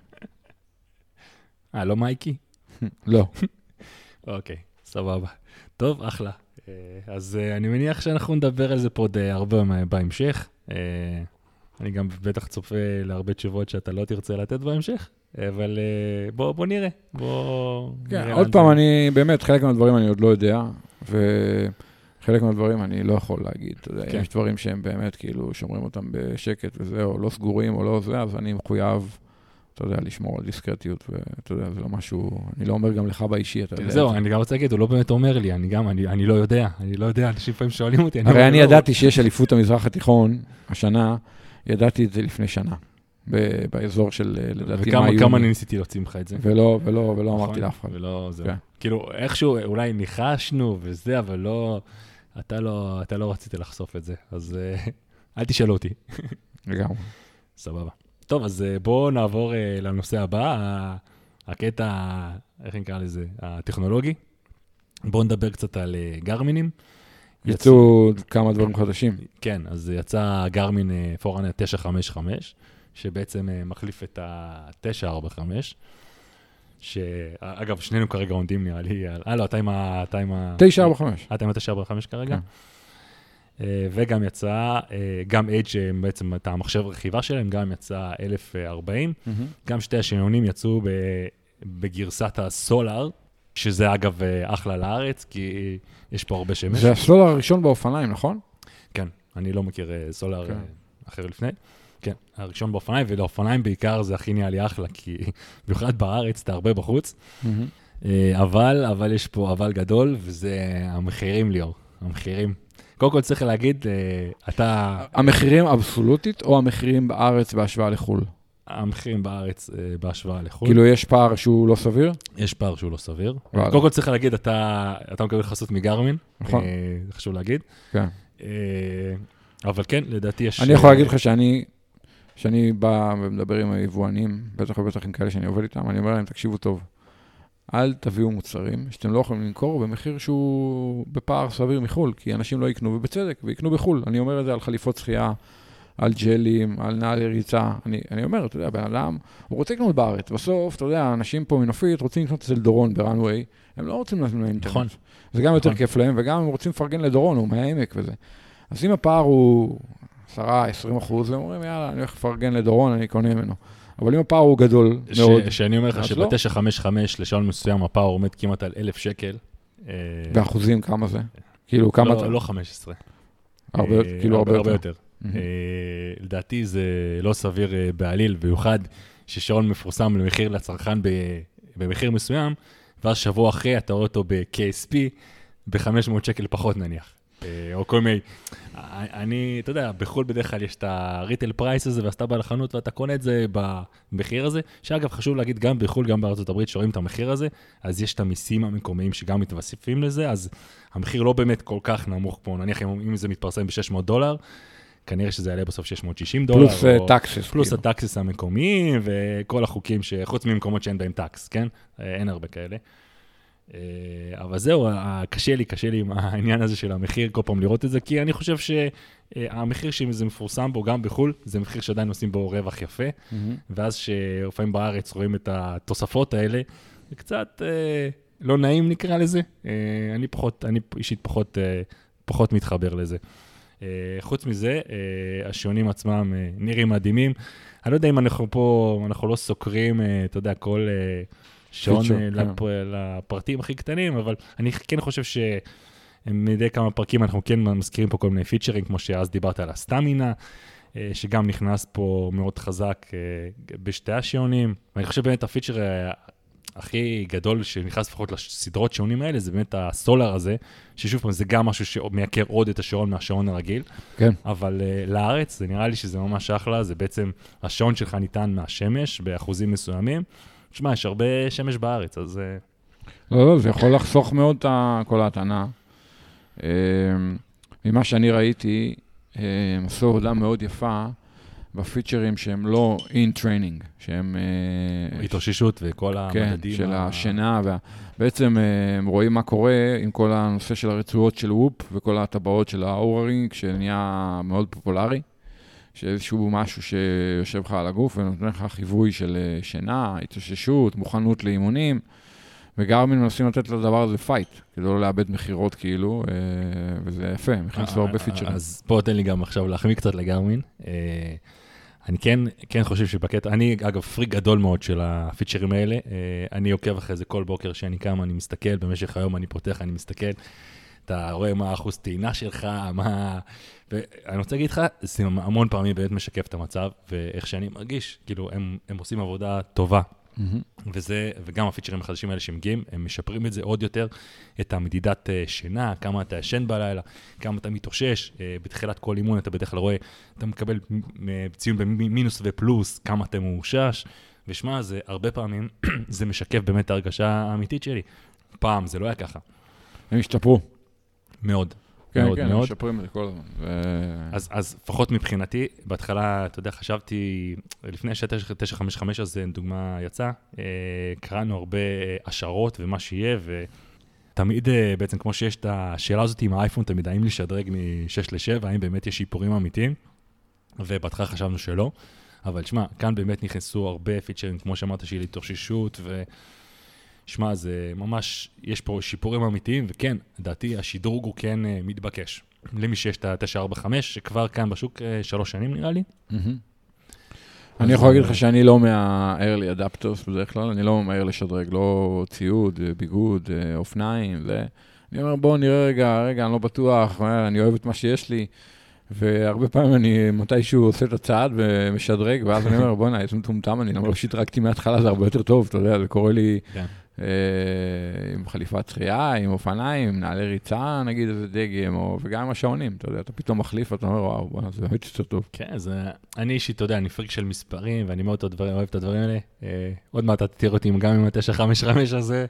לא מייקי? לא. אוקיי, סבבה. טוב, אחלה. אז אני מניח שאנחנו נדבר על זה פה עוד הרבה בהמשך. אני גם בטח צופה להרבה תשובות שאתה לא תרצה לתת בהמשך, אבל בוא נראה. כן, עוד פעם, אני באמת, חלק מהדברים אני עוד לא יודע, וחלק מהדברים אני לא יכול להגיד. אתה יודע, יש דברים שהם באמת כאילו שומרים אותם בשקט וזה, או לא סגורים או לא זה, אז אני מחויב, אתה יודע, לשמור על דיסקרטיות, ואתה יודע, זה לא משהו, אני לא אומר גם לך באישי, אתה יודע. זהו, אני גם רוצה להגיד, הוא לא באמת אומר לי, אני לא יודע, אנשים פעמים שואלים אותי. הרי אני ידעתי שיש אליפות המזרח התיכון, השנה, ידעתי את זה לפני שנה, באזור של, לדעתי, וכמה אני ניסיתי להוציא ממך את זה. ולא אמרתי לאף אחד. ולא, זהו. כאילו, איכשהו, אולי ניחשנו וזה, אבל לא, אתה לא רצית לחשוף את זה, אז אל תשאלו אותי. לגמרי. סבבה. טוב, אז בואו נעבור לנושא הבא, הקטע, איך נקרא לזה, הטכנולוגי. בואו נדבר קצת על גרמינים. יצאו כמה דברים חדשים. כן, אז יצא גרמין פורנר 955, שבעצם מחליף את ה-945, שאגב, שנינו כרגע עומדים נראה לי, לא, אתה עם ה... 945. אתה עם ה-945 כרגע? וגם יצא, גם Edge, בעצם את המחשב רכיבה שלהם, גם יצא 1040. גם שתי השניונים יצאו בגרסת הסולר, שזה אגב אחלה לארץ, כי יש פה הרבה שמש. זה הסולר הראשון באופניים, נכון? כן, אני לא מכיר סולר אחר לפני. כן, הראשון באופניים, ולאופניים בעיקר זה הכי נהיה לי אחלה, כי במיוחד בארץ אתה הרבה בחוץ. אבל יש פה אבל גדול, וזה המחירים ליאור, המחירים. קודם כל צריך להגיד, אתה... המחירים אבסולוטית או המחירים בארץ בהשוואה לחול? המחירים בארץ בהשוואה לחול. כאילו יש פער שהוא לא סביר? יש פער שהוא לא סביר. קודם כל צריך להגיד, אתה מקבל חסות מגרמין. נכון. זה חשוב להגיד. כן. אבל כן, לדעתי יש... אני יכול להגיד לך שאני בא ומדבר עם היבואנים, בטח ובטח עם כאלה שאני עובד איתם, אני אומר להם, תקשיבו טוב. אל תביאו מוצרים שאתם לא יכולים למכור במחיר שהוא בפער סביר מחול, כי אנשים לא יקנו, ובצדק, ויקנו בחול. אני אומר את זה על חליפות שחייה, על ג'לים, על נעל ריצה. אני אומר, אתה יודע, בן אדם, הוא רוצה לקנות בארץ. בסוף, אתה יודע, אנשים פה מנופית רוצים לקנות אצל דורון בראנווי, הם לא רוצים לעשות לאינטרנט. נכון. זה גם יותר כיף להם, וגם הם רוצים לפרגן לדורון, הוא מהעמק וזה. אז אם הפער הוא 10-20%, הם אומרים, יאללה, אני הולך לפרגן לדורון, אני קונה ממנו. אבל אם הפער הוא גדול מאוד... שאני אומר לך שב-955 לשעון מסוים הפער עומד כמעט על 1,000 שקל. באחוזים כמה זה? כאילו כמה... לא 15. כאילו הרבה יותר. לדעתי זה לא סביר בעליל, במיוחד ששעון מפורסם למחיר לצרכן במחיר מסוים, ואז שבוע אחרי אתה רואה אותו ב-KSP ב-500 שקל פחות נניח. או כל מיני, אתה יודע, בחול בדרך כלל יש את הריטל פרייס הזה, ואתה בא לחנות ואתה קונה את זה במחיר הזה, שאגב חשוב להגיד גם בחול, גם בארצות הברית שרואים את המחיר הזה, אז יש את המיסים המקומיים שגם מתווספים לזה, אז המחיר לא באמת כל כך נמוך פה, נניח אם זה מתפרסם ב$600, כנראה שזה יעלה בסוף $660. פלוס טקסס. פלוס הטקסס המקומיים, וכל החוקים שחוץ ממקומות שאין בהם טקס, כן? אין הרבה כאלה. אבל זהו, קשה לי עם העניין הזה של המחיר, כל פעם לראות את זה, כי אני חושב שהמחיר שזה מפורסם בו גם בחול, זה מחיר שעדיין עושים בו רווח יפה, ואז שאופעים בארץ רואים את התוספות האלה, זה קצת לא נעים נקרא לזה, אני אישית פחות מתחבר לזה. חוץ מזה, השעונים עצמם נראים מדהימים, אני לא יודע אם אנחנו לא סוקרים, אתה יודע, כל... שעון לפרטים הכי קטנים, אבל אני כן חושב שמדי כמה פרקים אנחנו כן מזכירים פה כל מיני פיצ'רים, כמו שאז דיברת על הסטמינה, שגם נכנס פה מאוד חזק בשתי השעונים. ואני חושב באמת הפיצ'ר הכי גדול שנכנס לפחות לסדרות שעונים האלה, זה באמת הסולר הזה, ששוב פעם זה גם משהו שמייקר עוד את השעון מהשעון הרגיל. כן. אבל לארץ זה נראה לי שזה ממש אחלה, זה בעצם השעון שלך ניתן מהשמש באחוזים מסוימים. תשמע, יש הרבה שמש בארץ, אז... לא, זה יכול לחסוך מאוד כל ההטענה. ממה שאני ראיתי, עשו עבודה מאוד יפה בפיצ'רים שהם לא in training, שהם... התאוששות וכל המדדים. כן, של השינה, בעצם רואים מה קורה עם כל הנושא של הרצועות של וופ, וכל הטבעות של האוררינג, שנהיה מאוד פופולרי, שאיזשהו משהו שיושב לך על הגוף, ונותן לך חיווי של שינה, התאוששות, מוכנות לאימונים, וגרמין מנסים לתת לדבר הזה פייט, כדי לא לאבד מחירות כאילו, וזה יפה, הם הכניסו הרבה פיצ'רים. אז פה תן לי גם עכשיו להחמיא קצת לגרמין. אני כן חושב שבקטע, אני אגב פריק גדול מאוד של הפיצ'רים האלה, אני עוקב אחרי זה כל בוקר שאני קם, אני מסתכל, במשך היום אני פותח, אני מסתכל, אתה רואה מה האחוז טעינה שלך, ואני רוצה להגיד לך, זה המון פעמים באמת משקף את המצב, ואיך שאני מרגיש, כאילו הם עושים עבודה טובה. וגם הפיצ'רים החדשים האלה שמגיעים, הם משפרים את זה עוד יותר, את המדידת שינה, כמה אתה ישן בלילה, כמה אתה מתאושש, בתחילת כל אימון אתה בדרך כלל רואה, אתה מקבל ציון במינוס ופלוס, כמה אתה מאושש, ושמע, זה הרבה פעמים, זה משקף באמת את ההרגשה האמיתית שלי. פעם זה לא היה ככה. הם השתפרו. מאוד. כן, מאוד, כן, מאוד. משפרים את זה כל הזמן. אז לפחות מבחינתי, בהתחלה, אתה יודע, חשבתי, לפני ש-955 הזה, דוגמה יצא, קראנו הרבה השערות ומה שיהיה, ותמיד בעצם כמו שיש את השאלה הזאת עם האייפון, תמיד האם לשדרג מ-6 ל-7, האם באמת יש שיפורים אמיתיים, ובהתחלה חשבנו שלא, אבל שמע, כאן באמת נכנסו הרבה פיצ'רים, כמו שאמרת, שהיא להתאוששות, שמע, זה ממש, יש פה שיפורים אמיתיים, וכן, לדעתי, השדרוג הוא כן מתבקש. למי שיש את ה-945, שכבר כאן בשוק 3 שנים נראה לי. אני יכול להגיד לך שאני לא מה-early adapters בדרך כלל, אני לא מהר לשדרג, לא ציוד, ביגוד, אופניים, אני אומר, בואו נראה רגע, אני לא בטוח, אני אוהב את מה שיש לי, והרבה פעמים אני מתישהו עושה את הצעד ומשדרג, ואז אני אומר, בוא'נה, איזה מטומטם, אני לא שדרגתי מההתחלה, זה הרבה יותר טוב, אתה יודע, זה קורה לי עם חליפת שחייה, עם אופניים, עם נעלי ריצה, נגיד איזה דגם, וגם עם השעונים, אתה יודע, אתה פתאום מחליף, אתה אומר, וואו, בוא'נה, זה באמת יותר טוב. כן, אני אישית, אתה יודע, אני פריק של מספרים, ואני מאוד אוהב את הדברים האלה. עוד מעט תתיר אותי גם עם ה-955 הזה,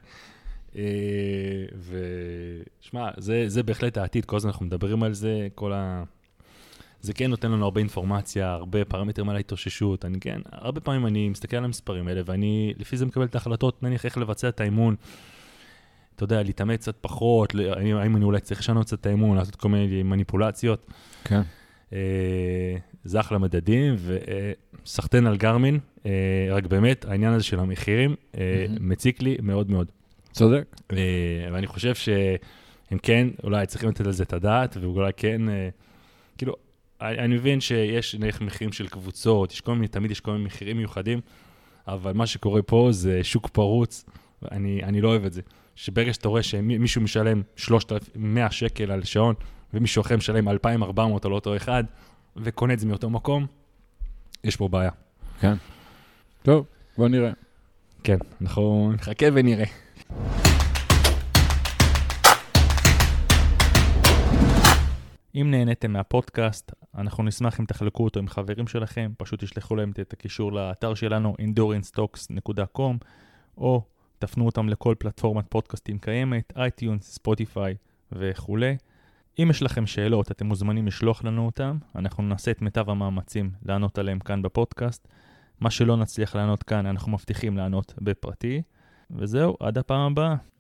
ושמע, זה בהחלט העתיד, כל הזמן אנחנו מדברים על זה, זה כן נותן לנו הרבה אינפורמציה, הרבה פרמטרים על ההתאוששות, הרבה פעמים אני מסתכל על המספרים האלה, ואני לפי זה מקבל את ההחלטות, נניח איך לבצע את האימון, אתה יודע, להתאמץ קצת פחות, האם אני אולי צריך לשנות קצת את האימון, לעשות כל מיני מניפולציות. כן. זה אחלה מדדים, וסחטן על גרמין, רק באמת, העניין הזה של המחירים, מציק לי מאוד מאוד. צודק. ואני חושב שהם כן, אולי צריכים לתת על זה את הדעת, ואולי כן, כאילו, אני מבין שיש מחירים של קבוצות, תמיד יש כל מיני מחירים מיוחדים, אבל מה שקורה פה זה שוק פרוץ, ואני לא אוהב את זה. שברגע שאתה רואה שמישהו משלם 3,100 שקל על שעון, ומישהו אחר משלם 2,400 על אותו אחד, וקונה את זה מאותו מקום, יש פה בעיה. כן. טוב, בוא נראה. כן, אנחנו נחכה ונראה. אם נהניתם מהפודקאסט, אנחנו נשמח אם תחלקו אותו עם חברים שלכם, פשוט תשלחו להם את הקישור לאתר שלנו, endurancetalks.com, או תפנו אותם לכל פלטפורמת פודקאסטים קיימת, iTunes, ספוטיפיי וכו'. אם יש לכם שאלות, אתם מוזמנים לשלוח לנו אותם, אנחנו נעשה את מיטב המאמצים לענות עליהם כאן בפודקאסט. מה שלא נצליח לענות כאן, אנחנו מבטיחים לענות בפרטי, וזהו, עד הפעם הבאה.